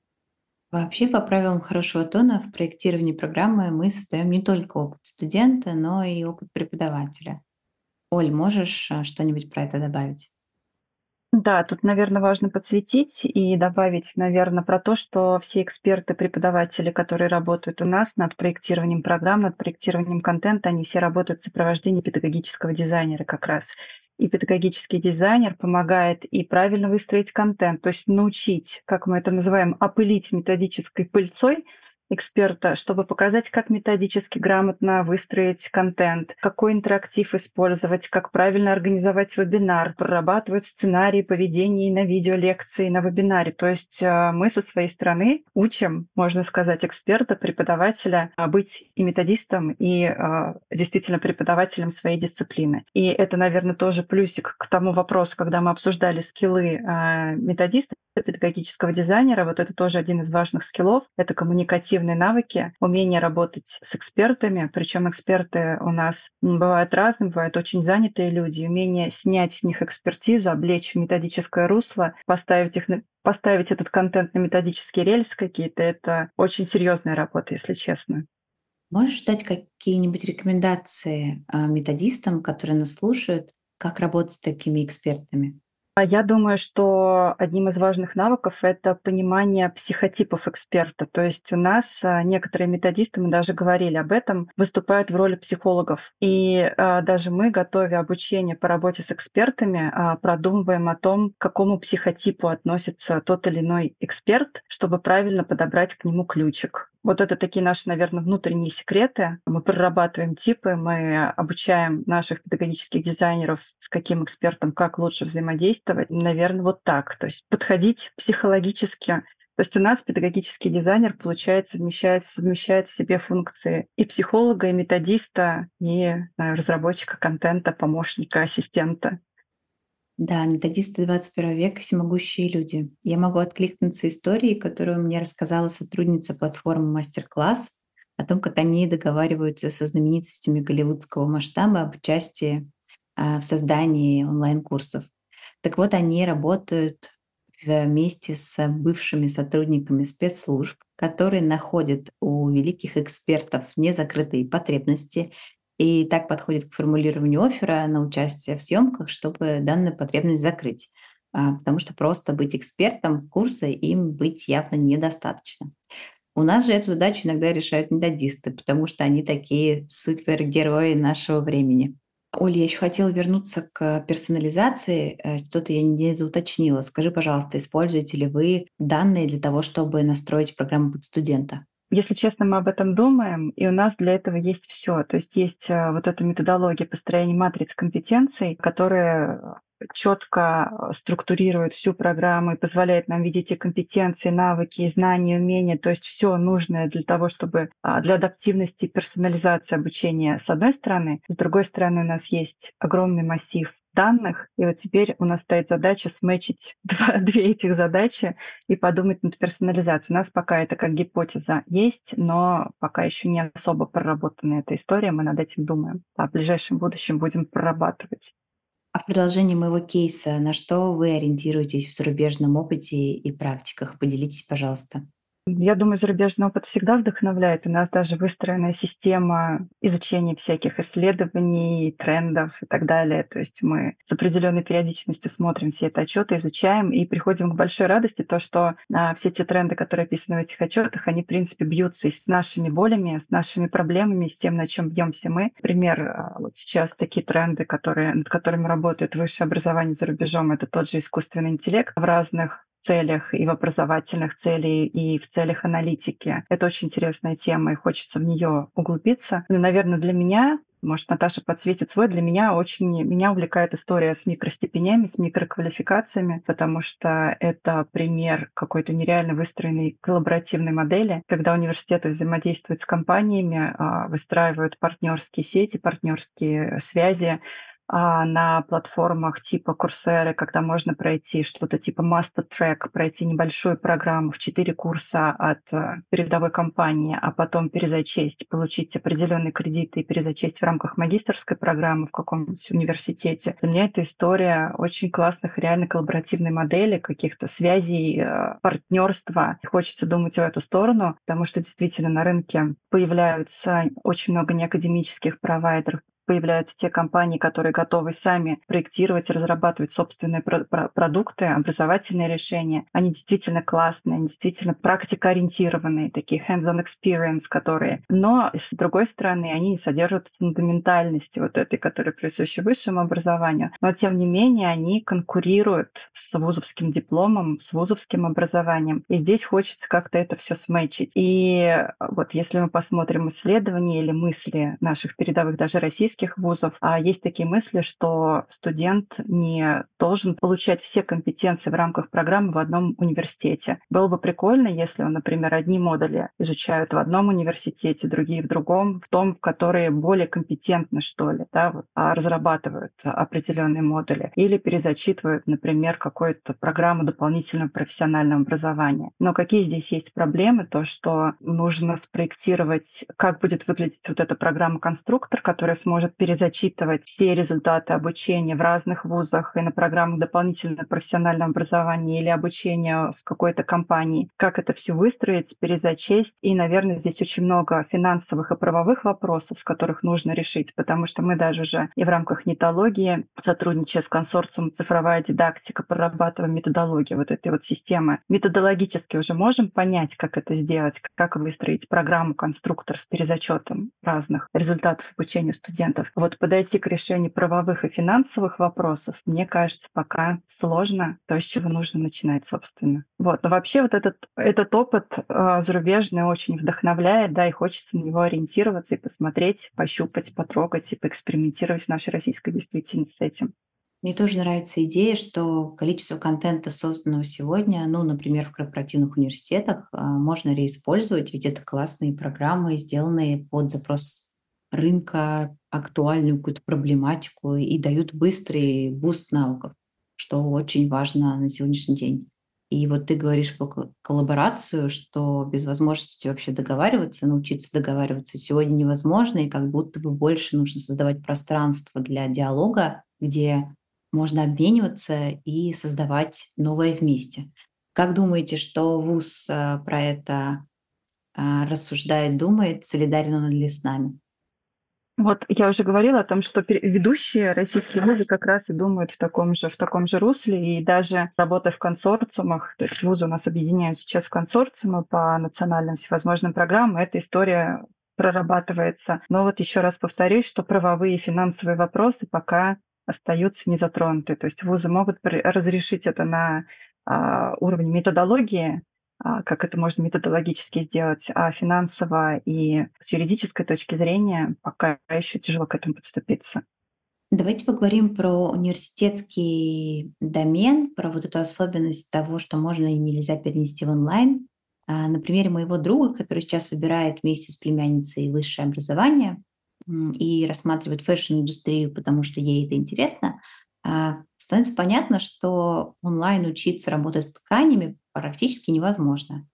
Вообще, по правилам хорошего тона, в проектировании программы мы создаем не только опыт студента, но и опыт преподавателя. Оль, можешь что-нибудь про это добавить? Да, тут, наверное, важно подсветить и добавить, наверное, про то, что все эксперты, преподаватели, которые работают у нас над проектированием программ, над проектированием контента, они все работают в сопровождении педагогического дизайнера как раз. И педагогический дизайнер помогает и правильно выстроить контент, то есть научить, как мы это называем, опылить методической пыльцой эксперта, чтобы показать, как методически грамотно выстроить контент, какой интерактив использовать, как правильно организовать вебинар, прорабатывают сценарии поведения на видеолекции, на вебинаре. То есть мы со своей стороны учим, можно сказать, эксперта, преподавателя быть и методистом, и действительно преподавателем своей дисциплины. И это, наверное, тоже плюсик к тому вопросу, когда мы обсуждали скиллы методиста, педагогического дизайнера, вот это тоже один из важных скиллов, это коммуникативные навыки, умение работать с экспертами, причем эксперты у нас бывают разные, бывают очень занятые люди, умение снять с них экспертизу, облечь в методическое русло, поставить этот контент на методические рельсы какие-то, это очень серьезная работа, если честно. Можешь дать какие-нибудь рекомендации методистам, которые нас слушают, как работать с такими экспертами? Я думаю, что одним из важных навыков это понимание психотипов эксперта. То есть у нас некоторые методисты, мы даже говорили об этом, выступают в роли психологов. И даже мы, готовя обучение по работе с экспертами, продумываем о том, к какому психотипу относится тот или иной эксперт, чтобы правильно подобрать к нему ключик. Вот это такие наши, наверное, внутренние секреты. Мы прорабатываем типы, мы обучаем наших педагогических дизайнеров, с каким экспертом как лучше взаимодействовать. Наверное, вот так. То есть подходить психологически. То есть у нас педагогический дизайнер, получается, совмещает в себе функции и психолога, и методиста, и разработчика контента, помощника, ассистента. Да, методисты 21 века — всемогущие люди. Я могу откликнуться историей, которую мне рассказала сотрудница платформы «Мастер-класс». о том, как они договариваются со знаменитостями голливудского масштаба об участии в создании онлайн-курсов. Так вот, они работают вместе с бывшими сотрудниками спецслужб, которые находят у великих экспертов незакрытые потребности и так подходят к формулированию оффера на участие в съемках, чтобы данную потребность закрыть. Потому что просто быть экспертом курса им быть явно недостаточно. У нас же эту задачу иногда решают методисты, потому что они такие супергерои нашего времени. Оля, я еще хотела вернуться к персонализации. Что-то я не уточнила. Скажи, пожалуйста, используете ли вы данные для того, чтобы настроить программу под студента? Если честно, мы об этом думаем, и у нас для этого есть все. То есть есть вот эта методология построения матриц компетенций, которая четко структурирует всю программу и позволяет нам видеть и компетенции, навыки, знания, умения, то есть все нужное для того, чтобы для адаптивности и персонализации обучения с одной стороны. С другой стороны, у нас есть огромный массив данных, и вот теперь у нас стоит задача сметчить две этих задачи и подумать над персонализацией. У нас пока это как гипотеза есть, но пока еще не особо проработана эта история, мы над этим думаем. А в ближайшем будущем будем прорабатывать. А в продолжении моего кейса, на что вы ориентируетесь в зарубежном опыте и практиках? Поделитесь, пожалуйста. Я думаю, зарубежный опыт всегда вдохновляет. У нас даже выстроенная система изучения всяких исследований, трендов и так далее. То есть мы с определенной периодичностью смотрим все эти отчеты, изучаем и приходим к большой радости, то, что все те тренды, которые описаны в этих отчетах, они, в принципе, бьются и с нашими болями, с нашими проблемами, с тем, на чем бьемся мы. Например, вот сейчас такие тренды, над которыми работает высшее образование за рубежом, это тот же искусственный интеллект в разных целях, и в образовательных целях, и в целях аналитики. Это очень интересная тема, и хочется в нее углубиться. Но, наверное, для меня, может, Наташа подсветит свой, для меня меня увлекает история с микростепенями, с микроквалификациями, потому что это пример какой-то нереально выстроенной коллаборативной модели, когда университеты взаимодействуют с компаниями, выстраивают партнерские сети, партнерские связи, на платформах типа Coursera, когда можно пройти что-то типа Master Track, пройти небольшую программу в 4 курса от передовой компании, а потом перезачесть, получить определенные кредиты и перезачесть в рамках магистерской программы в каком-нибудь университете. Для меня эта история очень классных, реально коллаборативной модели, каких-то связей, партнерства. И хочется думать в эту сторону, потому что действительно на рынке появляются очень много неакадемических провайдеров, появляются те компании, которые готовы сами проектировать, разрабатывать собственные продукты, образовательные решения. Они действительно классные, они действительно практикоориентированные, такие hands-on experience, которые... Но, с другой стороны, они не содержат фундаментальности вот этой, которая присуща высшему образованию. Но, тем не менее, они конкурируют с вузовским дипломом, с вузовским образованием. И здесь хочется как-то это все сметчить. И вот если мы посмотрим исследования или мысли наших передовых, даже российских вузов, есть такие мысли, что студент не должен получать все компетенции в рамках программы в одном университете. Было бы прикольно, если он, например, одни модули изучают в одном университете, другие в другом, в том, в которые более компетентны, что ли, да, вот, разрабатывают определенные модули или перезачитывают, например, какую-то программу дополнительного профессионального образования. Но какие здесь есть проблемы? То, что нужно спроектировать, как будет выглядеть вот эта программа-конструктор, которая сможет перезачитывать все результаты обучения в разных вузах и на программах дополнительного профессионального образования или обучения в какой-то компании. Как это все выстроить, перезачесть. И, наверное, здесь очень много финансовых и правовых вопросов, с которых нужно решить, потому что мы даже уже и в рамках нетологии, сотрудничая с консорциумом «Цифровая дидактика», прорабатываем методологию вот этой вот системы. Методологически уже можем понять, как это сделать, как выстроить программу-конструктор с перезачетом разных результатов обучения студентов. Вот подойти к решению правовых и финансовых вопросов, мне кажется, пока сложно, то, с чего нужно начинать, собственно. Вот. Но вообще вот этот опыт зарубежный очень вдохновляет, да, и хочется на него ориентироваться и посмотреть, пощупать, потрогать и поэкспериментировать в нашей российской действительности с этим. Мне тоже нравится идея, что количество контента, созданного сегодня, ну, например, в корпоративных университетах, можно реиспользовать, ведь это классные программы, сделанные под запрос рынка, актуальную какую-то проблематику и дают быстрый буст навыков, что очень важно на сегодняшний день. И вот ты говоришь про коллаборацию, что без возможности вообще договариваться, научиться договариваться сегодня невозможно, и как будто бы больше нужно создавать пространство для диалога, где можно обмениваться и создавать новое вместе. Как думаете, что ВУЗ про это рассуждает, думает, солидарен он ли с нами? Вот я уже говорила о том, что ведущие российские вузы как раз и думают в таком же русле, и даже работая в консорциумах, то есть вузы у нас объединяют сейчас в консорциумы по национальным всевозможным программам, эта история прорабатывается. Но вот еще раз повторюсь, что правовые и финансовые вопросы пока остаются незатронуты. То есть вузы могут разрешить это на уровне методологии, как это можно методологически сделать, а финансово и с юридической точки зрения пока еще тяжело к этому подступиться. Давайте поговорим про университетский домен, про вот эту особенность того, что можно и нельзя перенести в онлайн. На примере моего друга, который сейчас выбирает вместе с племянницей высшее образование и рассматривает фэшн-индустрию, потому что ей это интересно, становится понятно, что онлайн учиться работать с тканями практически невозможно.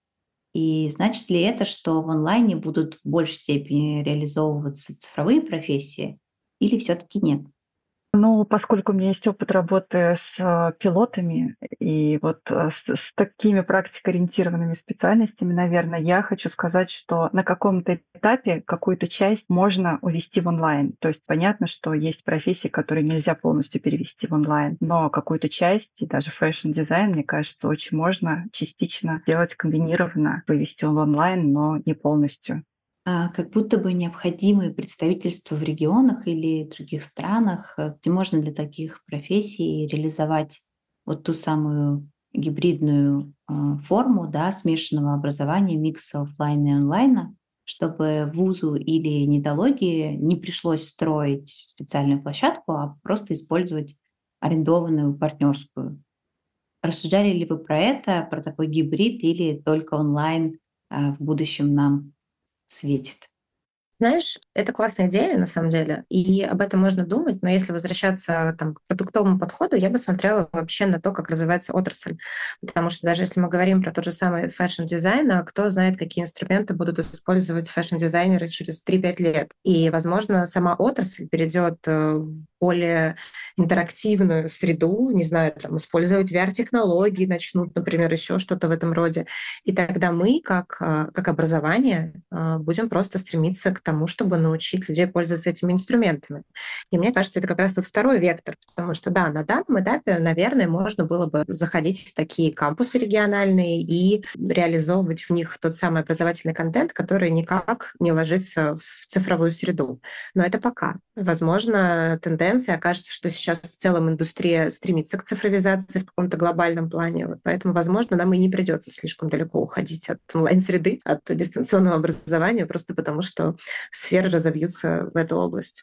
И значит ли это, что в онлайне будут в большей степени реализовываться цифровые профессии или все-таки нет? Ну, поскольку у меня есть опыт работы с пилотами и вот с такими практикоориентированными специальностями, наверное, я хочу сказать, что на каком-то этапе какую-то часть можно увести в онлайн. То есть понятно, что есть профессии, которые нельзя полностью перевести в онлайн, но какую-то часть, и даже фэшн-дизайн, мне кажется, очень можно частично сделать комбинированно, вывести в онлайн, но не полностью. Как будто бы необходимы представительства в регионах или других странах, где можно для таких профессий реализовать вот ту самую гибридную форму, да, смешанного образования, микса оффлайна и онлайна, чтобы вузу или нетологии не пришлось строить специальную площадку, а просто использовать арендованную партнерскую. Рассуждали ли вы про это, про такой гибрид или только онлайн в будущем нам светит? Знаешь, это классная идея на самом деле, и об этом можно думать, но если возвращаться там, к продуктовому подходу, я бы смотрела вообще на то, как развивается отрасль. Потому что даже если мы говорим про тот же самый фэшн-дизайн, кто знает, какие инструменты будут использовать фэшн-дизайнеры через 3-5 лет. И, возможно, сама отрасль перейдет в более интерактивную среду, не знаю, там, использовать VR-технологии начнут, например, еще что-то в этом роде. И тогда мы, как образование, будем просто стремиться к тому, чтобы научить людей пользоваться этими инструментами. И мне кажется, это как раз тот второй вектор, потому что, да, на данном этапе, наверное, можно было бы заходить в такие кампусы региональные и реализовывать в них тот самый образовательный контент, который никак не ложится в цифровую среду. Но это пока. Возможно, тенденция окажется, что сейчас в целом индустрия стремится к цифровизации в каком-то глобальном плане. Вот поэтому, возможно, нам и не придется слишком далеко уходить от онлайн-среды, от дистанционного образования, просто потому что сферы разовьются в эту область.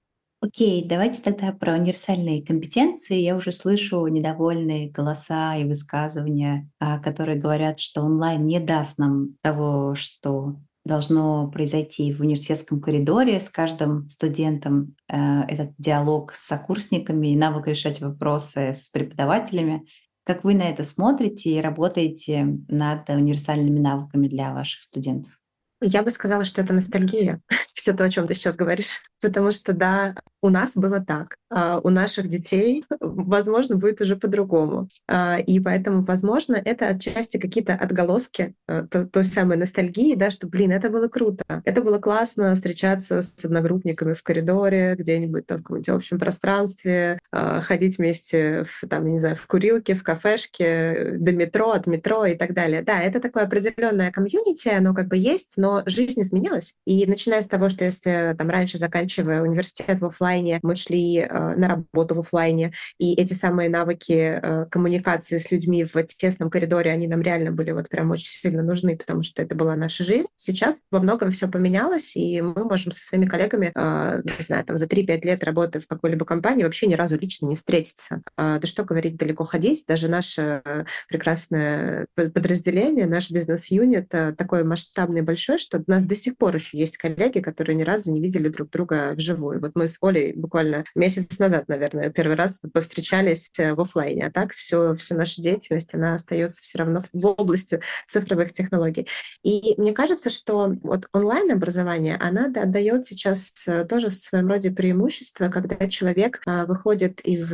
Окей, давайте тогда про универсальные компетенции. Я уже слышу недовольные голоса и высказывания, которые говорят, что онлайн не даст нам того, что должно произойти в университетском коридоре с каждым студентом, этот диалог с сокурсниками и навык решать вопросы с преподавателями. Как вы на это смотрите и работаете над универсальными навыками для ваших студентов? Я бы сказала, что это ностальгия, все то, о чем ты сейчас говоришь. Потому что, да, у нас было так, а у наших детей, возможно, будет уже по-другому. И поэтому, возможно, это отчасти какие-то отголоски той самой ностальгии, да, что, блин, это было круто. Это было классно встречаться с одногруппниками в коридоре, где-нибудь там в каком-нибудь общем пространстве, ходить вместе в, там, не знаю, в курилке, в кафешке, до метро, от метро и так далее. Да, это такое определенное комьюнити, оно как бы есть, но жизнь изменилась. И начиная с того, что если там раньше, заканчивая университет в офлайне, мы шли на работу в офлайне, и эти самые навыки коммуникации с людьми в тесном коридоре, они нам реально были вот прям очень сильно нужны, потому что это была наша жизнь. Сейчас во многом все поменялось, и мы можем со своими коллегами, не знаю, там за 3-5 лет работы в какой-либо компании вообще ни разу лично не встретиться. Да что говорить, далеко ходить. Даже наше прекрасное подразделение, наш бизнес-юнит такой масштабный, большой, что у нас до сих пор еще есть коллеги, которые которые ни разу не видели друг друга вживую. Вот мы с Олей буквально месяц назад, наверное, первый раз повстречались в офлайне, а так всю наша деятельность, она остается все равно в области цифровых технологий. И мне кажется, что вот онлайн-образование, она дает сейчас тоже в своем роде преимущество, когда человек выходит из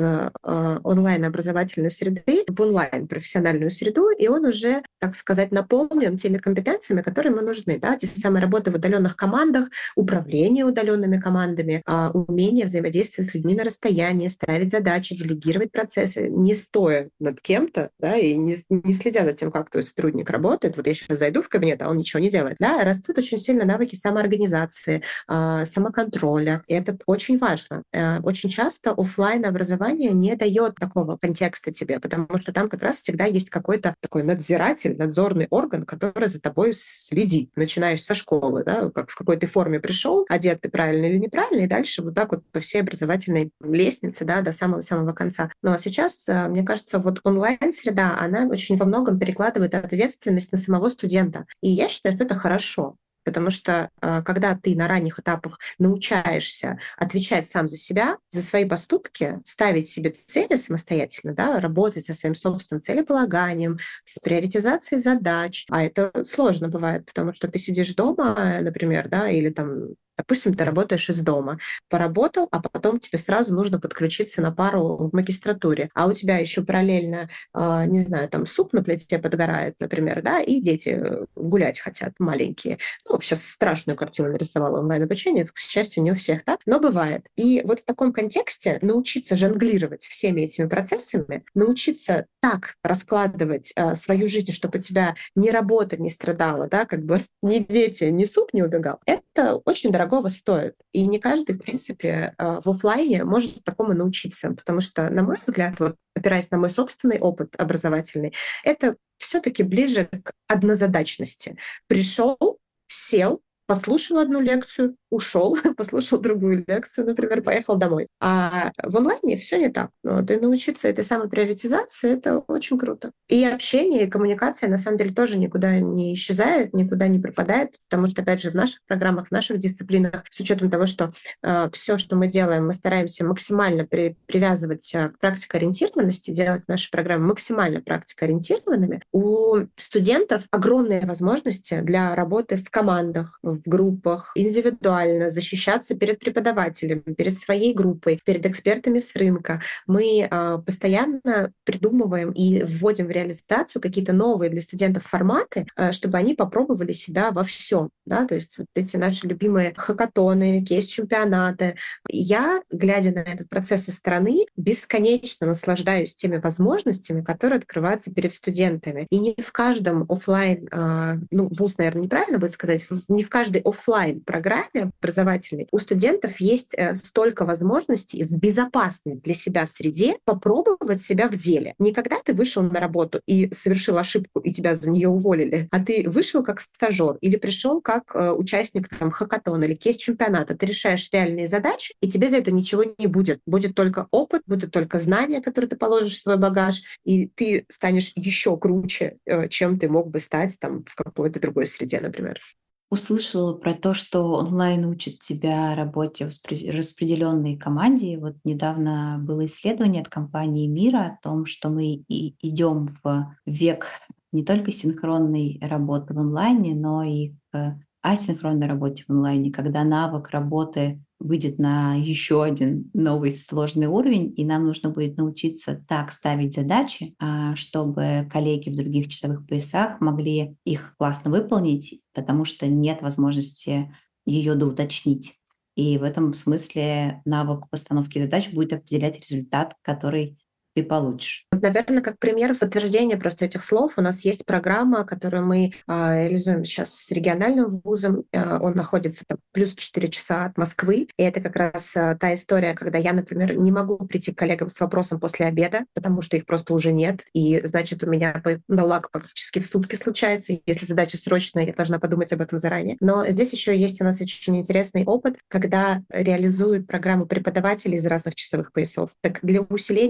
онлайн-образовательной среды в онлайн-профессиональную среду, и он уже, так сказать, наполнен теми компетенциями, которые ему нужны. Да? Те самые работы в удаленных командах, управление удаленными командами, умение взаимодействовать с людьми на расстоянии, ставить задачи, делегировать процессы, не стоя над кем-то, да, и не следя за тем, как твой сотрудник работает. Вот я сейчас зайду в кабинет, а он ничего не делает. Да? Растут очень сильно навыки самоорганизации, самоконтроля. И это очень важно. Очень часто офлайн образование не дает такого контекста тебе, потому что там как раз всегда есть какой-то такой надзиратель, надзорный орган, который за тобой следит. Начинаешь со школы, да, как в какой ты форме пришел, одет ты правильно или неправильно, и дальше вот так вот по всей образовательной лестнице, да, до самого-самого конца. Но сейчас, мне кажется, вот онлайн-среда, она очень во многом перекладывает ответственность на самого студента. И я считаю, что это хорошо. Потому что когда ты на ранних этапах научаешься отвечать сам за себя, за свои поступки, ставить себе цели самостоятельно, да, работать со своим собственным целеполаганием, с приоритизацией задач, а это сложно бывает, потому что ты сидишь дома, например, да, или там допустим, ты работаешь из дома, поработал, а потом тебе сразу нужно подключиться на пару в магистратуре, а у тебя еще параллельно, не знаю, там суп на плите подгорает, например, да, и дети гулять хотят маленькие. Ну, сейчас страшную картину нарисовала онлайн-обучение, к счастью, не у всех так, но бывает. И вот в таком контексте научиться жонглировать всеми этими процессами, научиться так раскладывать свою жизнь, чтобы у тебя ни работа не страдала, да, как бы ни дети, ни суп не убегал, это очень дорогого стоит. И не каждый, в принципе, в офлайне может такому научиться, потому что, на мой взгляд, вот опираясь на мой собственный опыт образовательный, это все-таки ближе к однозадачности. Пришел, сел, послушал одну лекцию, ушел, послушал другую лекцию, например, поехал домой. А в онлайне все не так. Вот, и научиться этой самой приоритизации — это очень круто. И общение, и коммуникация, на самом деле, тоже никуда не исчезает, никуда не пропадает, потому что, опять же, в наших программах, в наших дисциплинах, с учетом того, что все, что мы делаем, мы стараемся максимально привязывать к практикоориентированности, делать наши программы максимально практикоориентированными, у студентов огромные возможности для работы в командах, в группах, индивидуально, защищаться перед преподавателем, перед своей группой, перед экспертами с рынка. Мы постоянно придумываем и вводим в реализацию какие-то новые для студентов форматы, чтобы они попробовали себя во всем. Да? То есть вот эти наши любимые хакатоны, кейс-чемпионаты. Я, глядя на этот процесс со стороны, бесконечно наслаждаюсь теми возможностями, которые открываются перед студентами. И не в каждом офлайн, вуз, наверное, неправильно будет сказать, не в каждой офлайн программе образовательной у студентов есть столько возможностей в безопасной для себя среде попробовать себя в деле. Не когда ты вышел на работу и совершил ошибку, и тебя за нее уволили, а ты вышел как стажер или пришел как участник там, хакатона или кейс-чемпионата. Ты решаешь реальные задачи, и тебе за это ничего не будет. Будет только опыт, будут только знания, которые ты положишь в свой багаж, и ты станешь еще круче, чем ты мог бы стать там, в какой-то другой среде, например. Услышала про то, что онлайн учит тебя работе в распределенной команде. Вот недавно было исследование от компании Мира о том, что мы идем в век не только синхронной работы в онлайне, но и к асинхронной работе в онлайне, когда навык работы выйдет на еще один новый сложный уровень, и нам нужно будет научиться так ставить задачи, чтобы коллеги в других часовых поясах могли их классно выполнить, потому что нет возможности ее доуточнить. И в этом смысле навык постановки задач будет определять результат, который ты получишь. Вот, наверное, как пример подтверждения просто этих слов, у нас есть программа, которую мы реализуем сейчас с региональным вузом. Он находится плюс 4 часа от Москвы. И это как раз та история, когда я, например, не могу прийти к коллегам с вопросом после обеда, потому что их просто уже нет. И, значит, у меня лаг практически в сутки случается. Если задача срочная, я должна подумать об этом заранее. Но здесь еще есть у нас очень интересный опыт, когда реализуют программу преподавателей из разных часовых поясов. Так для усиления эффекта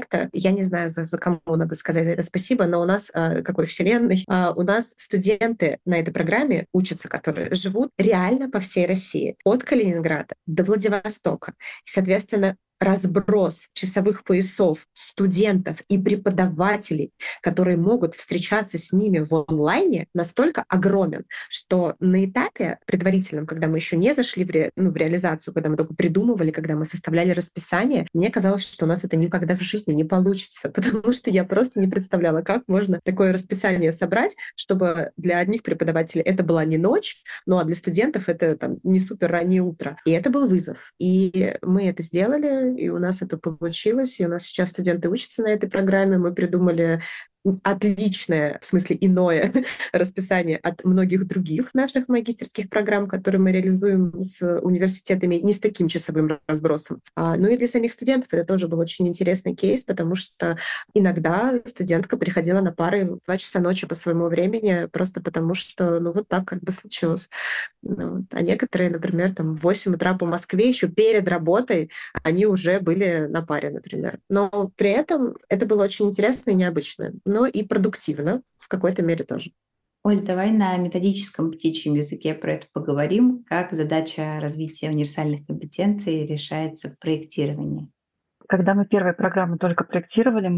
проекта, я не знаю, за кому надо сказать за это спасибо, но у нас, какой вселенной, у нас студенты на этой программе учатся, которые живут реально по всей России, от Калининграда до Владивостока. И, соответственно, разброс часовых поясов студентов и преподавателей, которые могут встречаться с ними в онлайне, настолько огромен, что на этапе предварительном, когда мы еще не зашли в реализацию, когда мы только придумывали, когда мы составляли расписание, мне казалось, что у нас это никогда в жизни не получится, потому что я просто не представляла, как можно такое расписание собрать, чтобы для одних преподавателей это была не ночь, ну а для студентов это там не супер раннее утро. И это был вызов. И мы это сделали, и у нас это получилось, и у нас сейчас студенты учатся на этой программе. Мы придумали отличное, в смысле иное расписание от многих других наших магистерских программ, которые мы реализуем с университетами не с таким часовым разбросом. Ну и для самих студентов это тоже был очень интересный кейс, потому что иногда студентка приходила на пары в 2 часа ночи по своему времени, просто потому что, ну вот так как бы случилось. Ну, а некоторые, например, там в 8 утра по Москве еще перед работой они уже были на паре, например. Но при этом это было очень интересно и необычно, но и продуктивно в какой-то мере тоже. Оль, давай на методическом птичьем языке про это поговорим. Как задача развития универсальных компетенций решается в проектировании? Когда мы первые программы только проектировали,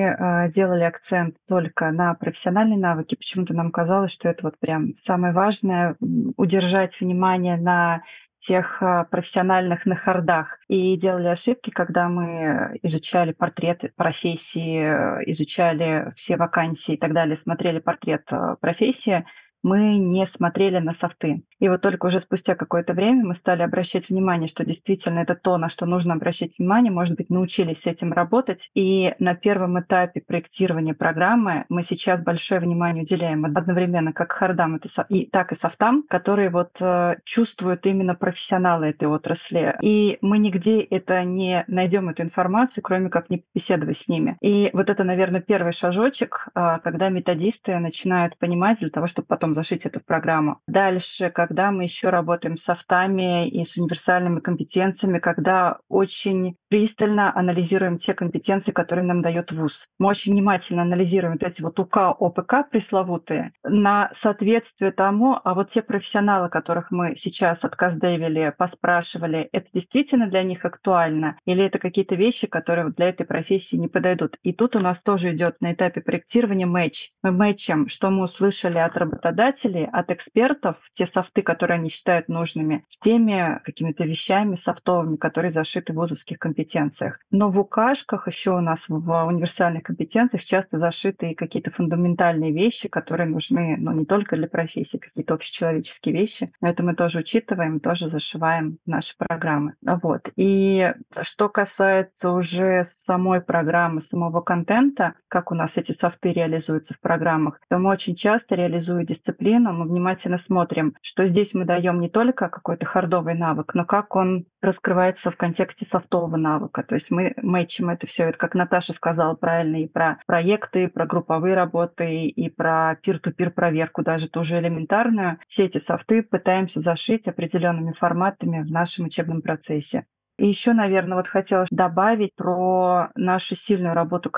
мы делали акцент только на профессиональные навыки. Почему-то нам казалось, что это вот прям самое важное — удержать внимание на тех профессиональных на хардах. И делали ошибки, когда мы изучали портреты профессии, изучали все вакансии и так далее, смотрели портрет профессии, мы не смотрели на софты. И вот только уже спустя какое-то время мы стали обращать внимание, что действительно это то, на что нужно обращать внимание, может быть, научились с этим работать. И на первом этапе проектирования программы мы сейчас большое внимание уделяем одновременно как хардам, так и софтам, которые вот чувствуют именно профессионалы этой отрасли. И мы нигде это не найдем, эту информацию, кроме как не побеседовать с ними. И вот это, наверное, первый шажочек, когда методисты начинают понимать для того, чтобы потом зашить это в программу. Дальше, когда мы еще работаем с софтами и с универсальными компетенциями, когда очень пристально анализируем те компетенции, которые нам дает вуз. Мы очень внимательно анализируем вот эти вот УК, ОПК пресловутые на соответствие тому, а вот те профессионалы, которых мы сейчас отказдевили, поспрашивали, это действительно для них актуально или это какие-то вещи, которые для этой профессии не подойдут. И тут у нас тоже идет на этапе проектирования матч. Мы матчим, что мы услышали от работодателей, от экспертов, те софты, которые они считают нужными, с теми какими-то вещами софтовыми, которые зашиты в вузовских компетенциях. Но в УКшках еще у нас в универсальных компетенциях часто зашиты какие-то фундаментальные вещи, которые нужны, ну, не только для профессии, какие-то общечеловеческие вещи. Но это мы тоже учитываем, тоже зашиваем в наши программы. Вот. И что касается уже самой программы, самого контента, как у нас эти софты реализуются в программах, то мы очень часто, реализуя дисциплину, мы внимательно смотрим, что здесь мы даем не только какой-то хардовый навык, но как он раскрывается в контексте софтового навыка. То есть мы мэчим это все, это, как Наташа сказала правильно, и про проекты, и про групповые работы, и про peer-to-peer проверку, даже ту же элементарную. Все эти софты пытаемся зашить определенными форматами в нашем учебном процессе. И еще, наверное, вот хотела добавить про нашу сильную работу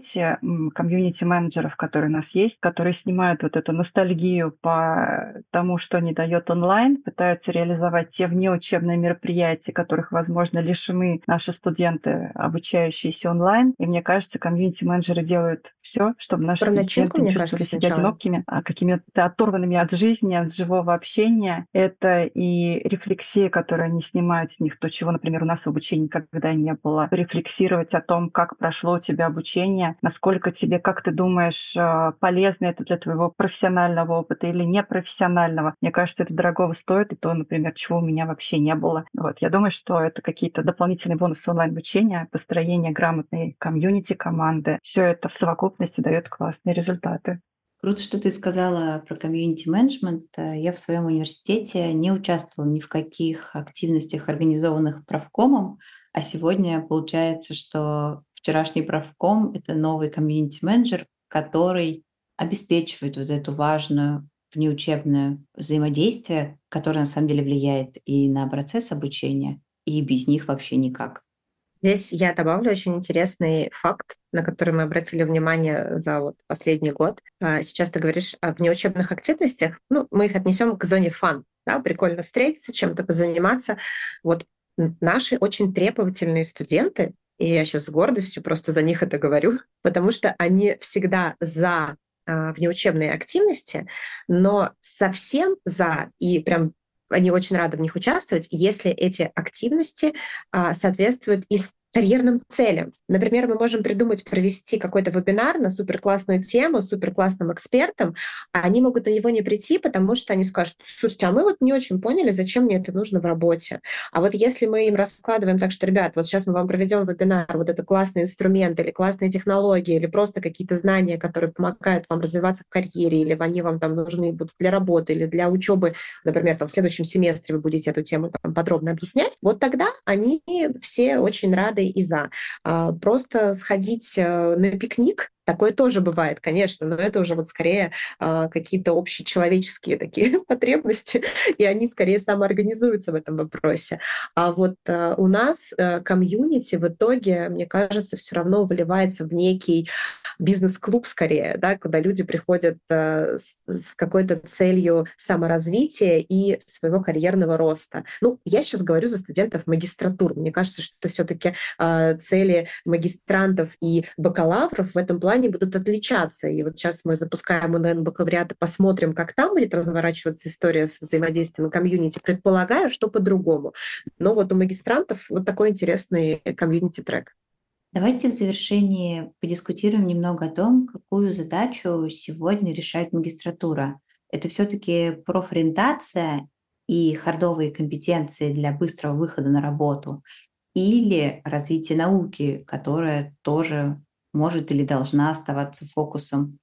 комьюнити-менеджеров, которые у нас есть, которые снимают вот эту ностальгию по тому, что не дает онлайн, пытаются реализовать те внеучебные мероприятия, которых, возможно, лишены наши студенты, обучающиеся онлайн. И мне кажется, комьюнити-менеджеры делают все, чтобы наши студенты не чувствовали себя одинокими, какими-то оторванными от жизни, от живого общения. Это и рефлексия, которую они снимают с них, то, чего, например, у нас в обучении никогда не было. Рефлексировать о том, как прошло у тебя обучение, насколько тебе, как ты думаешь, полезно это для твоего профессионального опыта или непрофессионального. Мне кажется, это дорогого стоит, и то, например, чего у меня вообще не было. Вот. Я думаю, что это какие-то дополнительные бонусы онлайн-обучения, построение грамотной комьюнити-команды. Все это в совокупности дает классные результаты. Круто, что ты сказала про комьюнити-менеджмент. Я в своем университете не участвовала ни в каких активностях, организованных правкомом, а сегодня получается, что вчерашний правком — это новый комьюнити-менеджер, который обеспечивает вот эту важную внеучебное взаимодействие, которое на самом деле влияет и на процесс обучения, и без них вообще никак. Здесь я добавлю очень интересный факт, на который мы обратили внимание за вот последний год. Сейчас ты говоришь о внеучебных активностях. Ну, мы их отнесем к зоне фан. Да, прикольно встретиться, чем-то позаниматься. Вот наши очень требовательные студенты, и я сейчас с гордостью просто за них это говорю, потому что они всегда за внеучебные активности, но совсем за, и прям они очень рады в них участвовать, если эти активности соответствуют их карьерным целям. Например, мы можем придумать провести какой-то вебинар на суперклассную тему с суперклассным экспертом, а они могут на него не прийти, потому что они скажут: слушайте, а мы вот не очень поняли, зачем мне это нужно в работе. А вот если мы им раскладываем так, что, ребят, вот сейчас мы вам проведем вебинар, вот это классный инструмент или классные технологии, или просто какие-то знания, которые помогают вам развиваться в карьере, или они вам там нужны будут для работы или для учебы, например, там в следующем семестре вы будете эту тему там подробно объяснять, вот тогда они все очень рады и за. Просто сходить на пикник, такое тоже бывает, конечно, но это уже вот скорее какие-то общечеловеческие такие потребности, и они скорее самоорганизуются в этом вопросе. А вот у нас комьюнити в итоге, мне кажется, все равно выливается в некий бизнес-клуб скорее, да, куда люди приходят с какой-то целью саморазвития и своего карьерного роста. Ну, я сейчас говорю за студентов магистратур. Мне кажется, что все-таки цели магистрантов и бакалавров в этом плане будут отличаться. И вот сейчас мы запускаем онлайн-бакалавриат и посмотрим, как там будет разворачиваться история с взаимодействием и комьюнити. Предполагаю, что по-другому. Но вот у магистрантов вот такой интересный комьюнити-трек. Давайте в завершении подискутируем немного о том, какую задачу сегодня решает магистратура. Это все-таки профориентация и хардовые компетенции для быстрого выхода на работу или развитие науки, которая тоже может или должна оставаться фокусом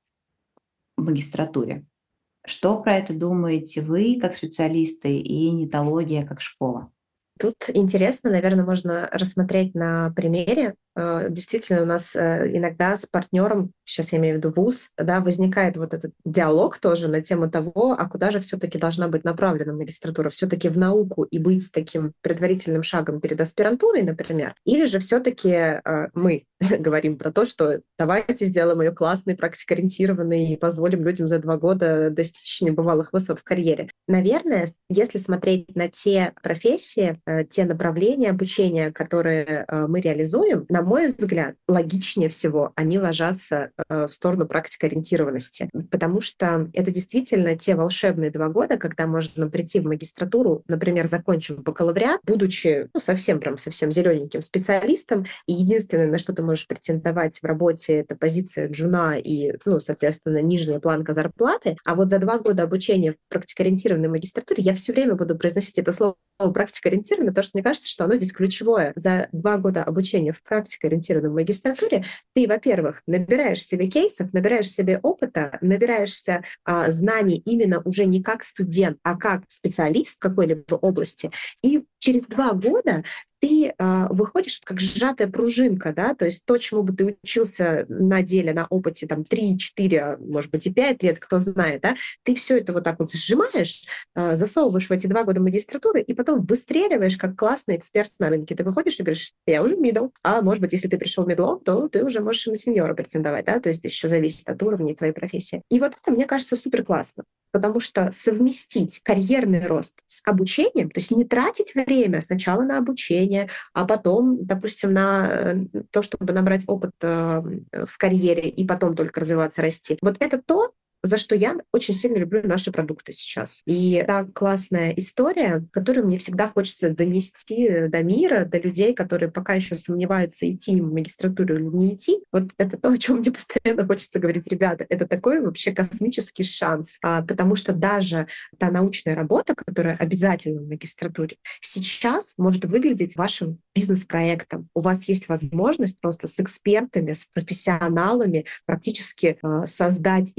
в магистратуре. Что про это думаете вы как специалисты и нетология как школа? Тут интересно, наверное, можно рассмотреть на примере. Действительно, у нас иногда с партнером, сейчас я имею в виду вуз, да, возникает вот этот диалог тоже на тему того, а куда же все-таки должна быть направлена магистратура, все-таки в науку и быть таким предварительным шагом перед аспирантурой, например, или же все-таки мы говорим про то, что давайте сделаем ее классной, практикоориентированной и позволим людям за 2 года достичь небывалых высот в карьере. Наверное, если смотреть на те профессии, те направления обучения, которые мы реализуем, на мой взгляд, логичнее всего они ложатся в сторону практикоориентированности, потому что это действительно те волшебные 2 года, когда можно прийти в магистратуру, например, закончив бакалавриат, будучи совсем зелененьким специалистом, и единственное, на что ты можешь претендовать в работе, это позиция джуна и, соответственно, нижняя планка зарплаты, а вот за 2 года обучения в практикоориентированной магистратуре я все время буду произносить это слово практикоориентированно, потому что мне кажется, что оно здесь ключевое. За 2 года обучения в практикоориентированной магистратуре ты, во-первых, набираешь себе кейсов, набираешь себе опыта, набираешься знаний именно уже не как студент, а как специалист в какой-либо области. И через 2 года ты выходишь как сжатая пружинка, да, то есть то, чему бы ты учился на деле, на опыте там 3, 4, может быть и 5 лет, кто знает, да, ты все это вот так вот сжимаешь, засовываешь в эти 2 года магистратуры и потом выстреливаешь как классный эксперт на рынке. Ты выходишь и говоришь: я уже middle, а может быть, если ты пришел middle, то ты уже можешь на сеньора претендовать, да, то есть еще зависит от уровня твоей профессии. И вот это, мне кажется, супер классно. Потому что совместить карьерный рост с обучением, то есть не тратить время сначала на обучение, а потом, допустим, на то, чтобы набрать опыт в карьере и потом только развиваться, расти. Вот это то, за что я очень сильно люблю наши продукты сейчас. И та классная история, которую мне всегда хочется донести до мира, до людей, которые пока еще сомневаются, идти в магистратуру или не идти. Вот это то, о чем мне постоянно хочется говорить: ребята, это такой вообще космический шанс, потому что даже та научная работа, которая обязательна в магистратуре, сейчас может выглядеть вашим бизнес-проектом. У вас есть возможность просто с экспертами, с профессионалами практически создать из ничего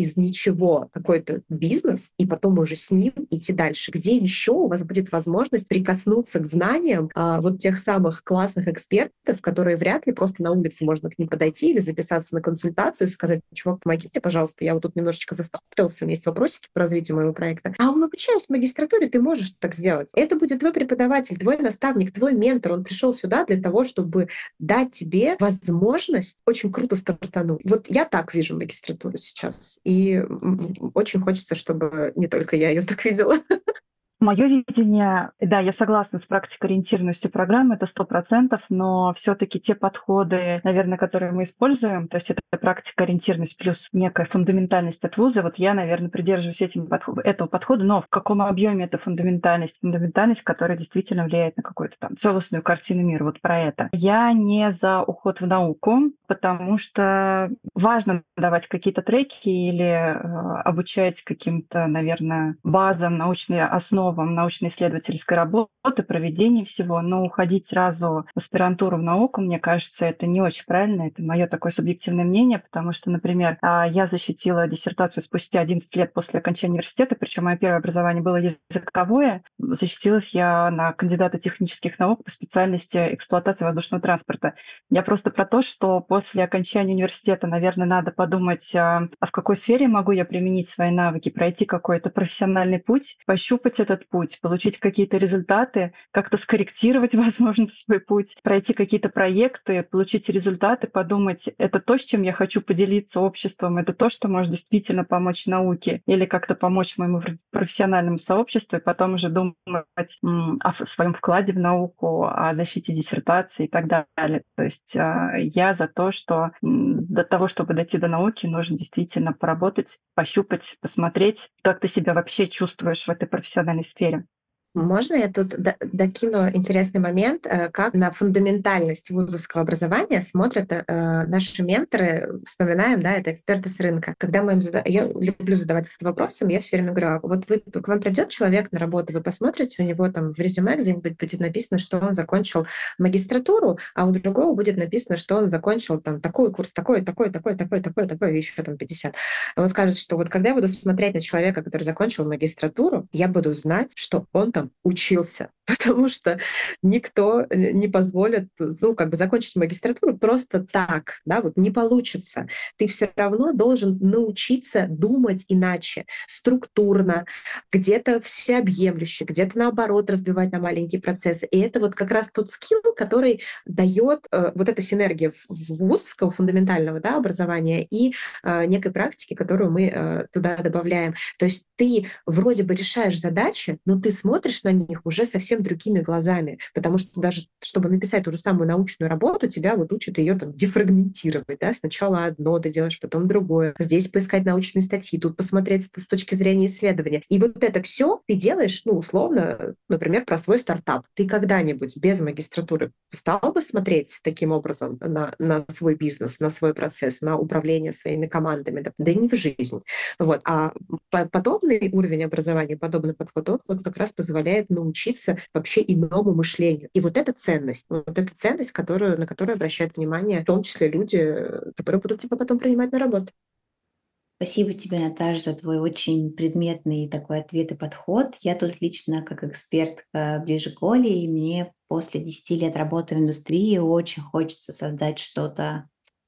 чего какой-то бизнес, и потом уже с ним идти дальше. Где еще у вас будет возможность прикоснуться к знаниям вот тех самых классных экспертов, которые вряд ли просто на улице можно к ним подойти или записаться на консультацию и сказать: чувак, помоги мне, пожалуйста, я вот тут немножечко застопорился, у меня есть вопросики по развитию моего проекта. А обучаясь в магистратуре, ты можешь так сделать. Это будет твой преподаватель, твой наставник, твой ментор. Он пришел сюда для того, чтобы дать тебе возможность очень круто стартануть. Вот я так вижу магистратуру сейчас. И очень хочется, чтобы не только я ее так видела. Мое видение, да, я согласна с практикоориентированностью программы, это 100%, но все-таки те подходы, наверное, которые мы используем, то есть это практикоориентированность плюс некая фундаментальность от вуза, вот я, наверное, придерживаюсь этого подхода, но в каком объеме эта фундаментальность? Фундаментальность, которая действительно влияет на какую-то там целостную картину мира, вот про это. Я не за уход в науку, потому что важно давать какие-то треки или обучать каким-то, наверное, базам, научной основам научно-исследовательской работы, проведения всего, но уходить сразу в аспирантуру в науку, мне кажется, это не очень правильно, это мое такое субъективное мнение, потому что, например, я защитила диссертацию спустя 11 лет после окончания университета, причем мое первое образование было языковое, защитилась я на кандидата технических наук по специальности эксплуатации воздушного транспорта. Я просто про то, что после окончания университета, наверное, надо подумать, в какой сфере могу я применить свои навыки, пройти какой-то профессиональный путь, пощупать этот путь, получить какие-то результаты, как-то скорректировать, возможно, свой путь, пройти какие-то проекты, получить результаты, подумать, это то, с чем я хочу поделиться обществом, это то, что может действительно помочь науке или как-то помочь моему профессиональному сообществу, и потом уже думать о своем вкладе в науку, о защите диссертации и так далее. То есть я за то, что до того, чтобы дойти до науки, нужно действительно поработать, пощупать, посмотреть, как ты себя вообще чувствуешь в этой профессиональной сфере. Можно я тут докину интересный момент, как на фундаментальность вузовского образования смотрят наши менторы, вспоминаем, да, это эксперты с рынка. Когда мы им я люблю задавать этот вопрос, я все время говорю: вот к вам придет человек на работу, вы посмотрите, у него там в резюме где-нибудь будет написано, что он закончил магистратуру, а у другого будет написано, что он закончил там такой курс, такой, еще там 50. Он скажет, что вот когда я буду смотреть на человека, который закончил магистратуру, я буду знать, что он там учился, потому что никто не позволит, закончить магистратуру просто так, да, вот не получится. Ты все равно должен научиться думать иначе, структурно, где-то всеобъемлюще, где-то наоборот разбивать на маленькие процессы. И это вот как раз тот скилл, который дает вот эта синергия вузовского фундаментального, да, образования и некой практики, которую мы туда добавляем. То есть ты вроде бы решаешь задачи, но ты смотришь на них уже совсем другими глазами, потому что даже чтобы написать ту же самую научную работу, тебя вот учат ее там дефрагментировать, да, сначала одно ты делаешь, потом другое, здесь поискать научные статьи, тут посмотреть с точки зрения исследования. И вот это все ты делаешь, условно, например, про свой стартап. Ты когда-нибудь без магистратуры стал бы смотреть таким образом на свой бизнес, на свой процесс, на управление своими командами? Да не в жизнь. Вот. А подобный уровень образования, подобный подход, он как раз позволяет научиться вообще иному мышлению. И вот эта ценность, на которую обращают внимание, в том числе люди, которые будут тебя потом принимать на работу. Спасибо тебе, Наташа, за твой очень предметный такой ответ и подход. Я тут лично как экспертка ближе к Оле, и мне после 10 лет работы в индустрии очень хочется создать что-то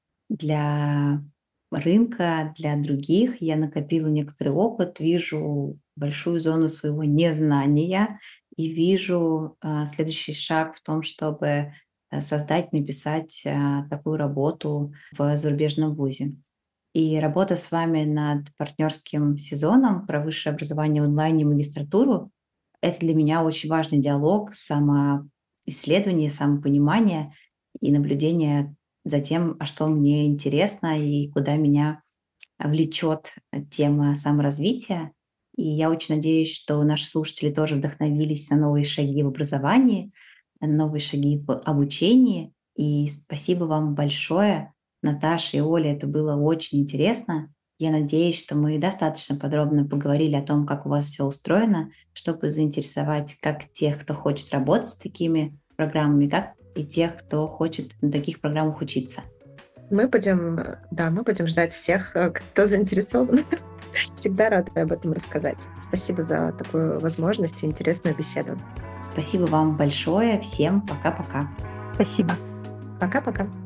для рынка, для других. Я накопила некоторый опыт, вижу большую зону своего незнания и вижу следующий шаг в том, чтобы создать, написать такую работу в зарубежном вузе. И работа с вами над партнерским сезоном про высшее образование онлайн и магистратуру — это для меня очень важный диалог, самоисследование, самопонимание и наблюдение за тем, что мне интересно и куда меня влечет тема саморазвития. И я очень надеюсь, что наши слушатели тоже вдохновились на новые шаги в образовании, на новые шаги в обучении. И спасибо вам большое, Наташа и Оля, это было очень интересно. Я надеюсь, что мы достаточно подробно поговорили о том, как у вас все устроено, чтобы заинтересовать как тех, кто хочет работать с такими программами, как и тех, кто хочет на таких программах учиться. Мы будем ждать всех, кто заинтересован. Всегда рада об этом рассказать. Спасибо за такую возможность и интересную беседу. Спасибо вам большое. Всем пока-пока. Спасибо. Пока-пока.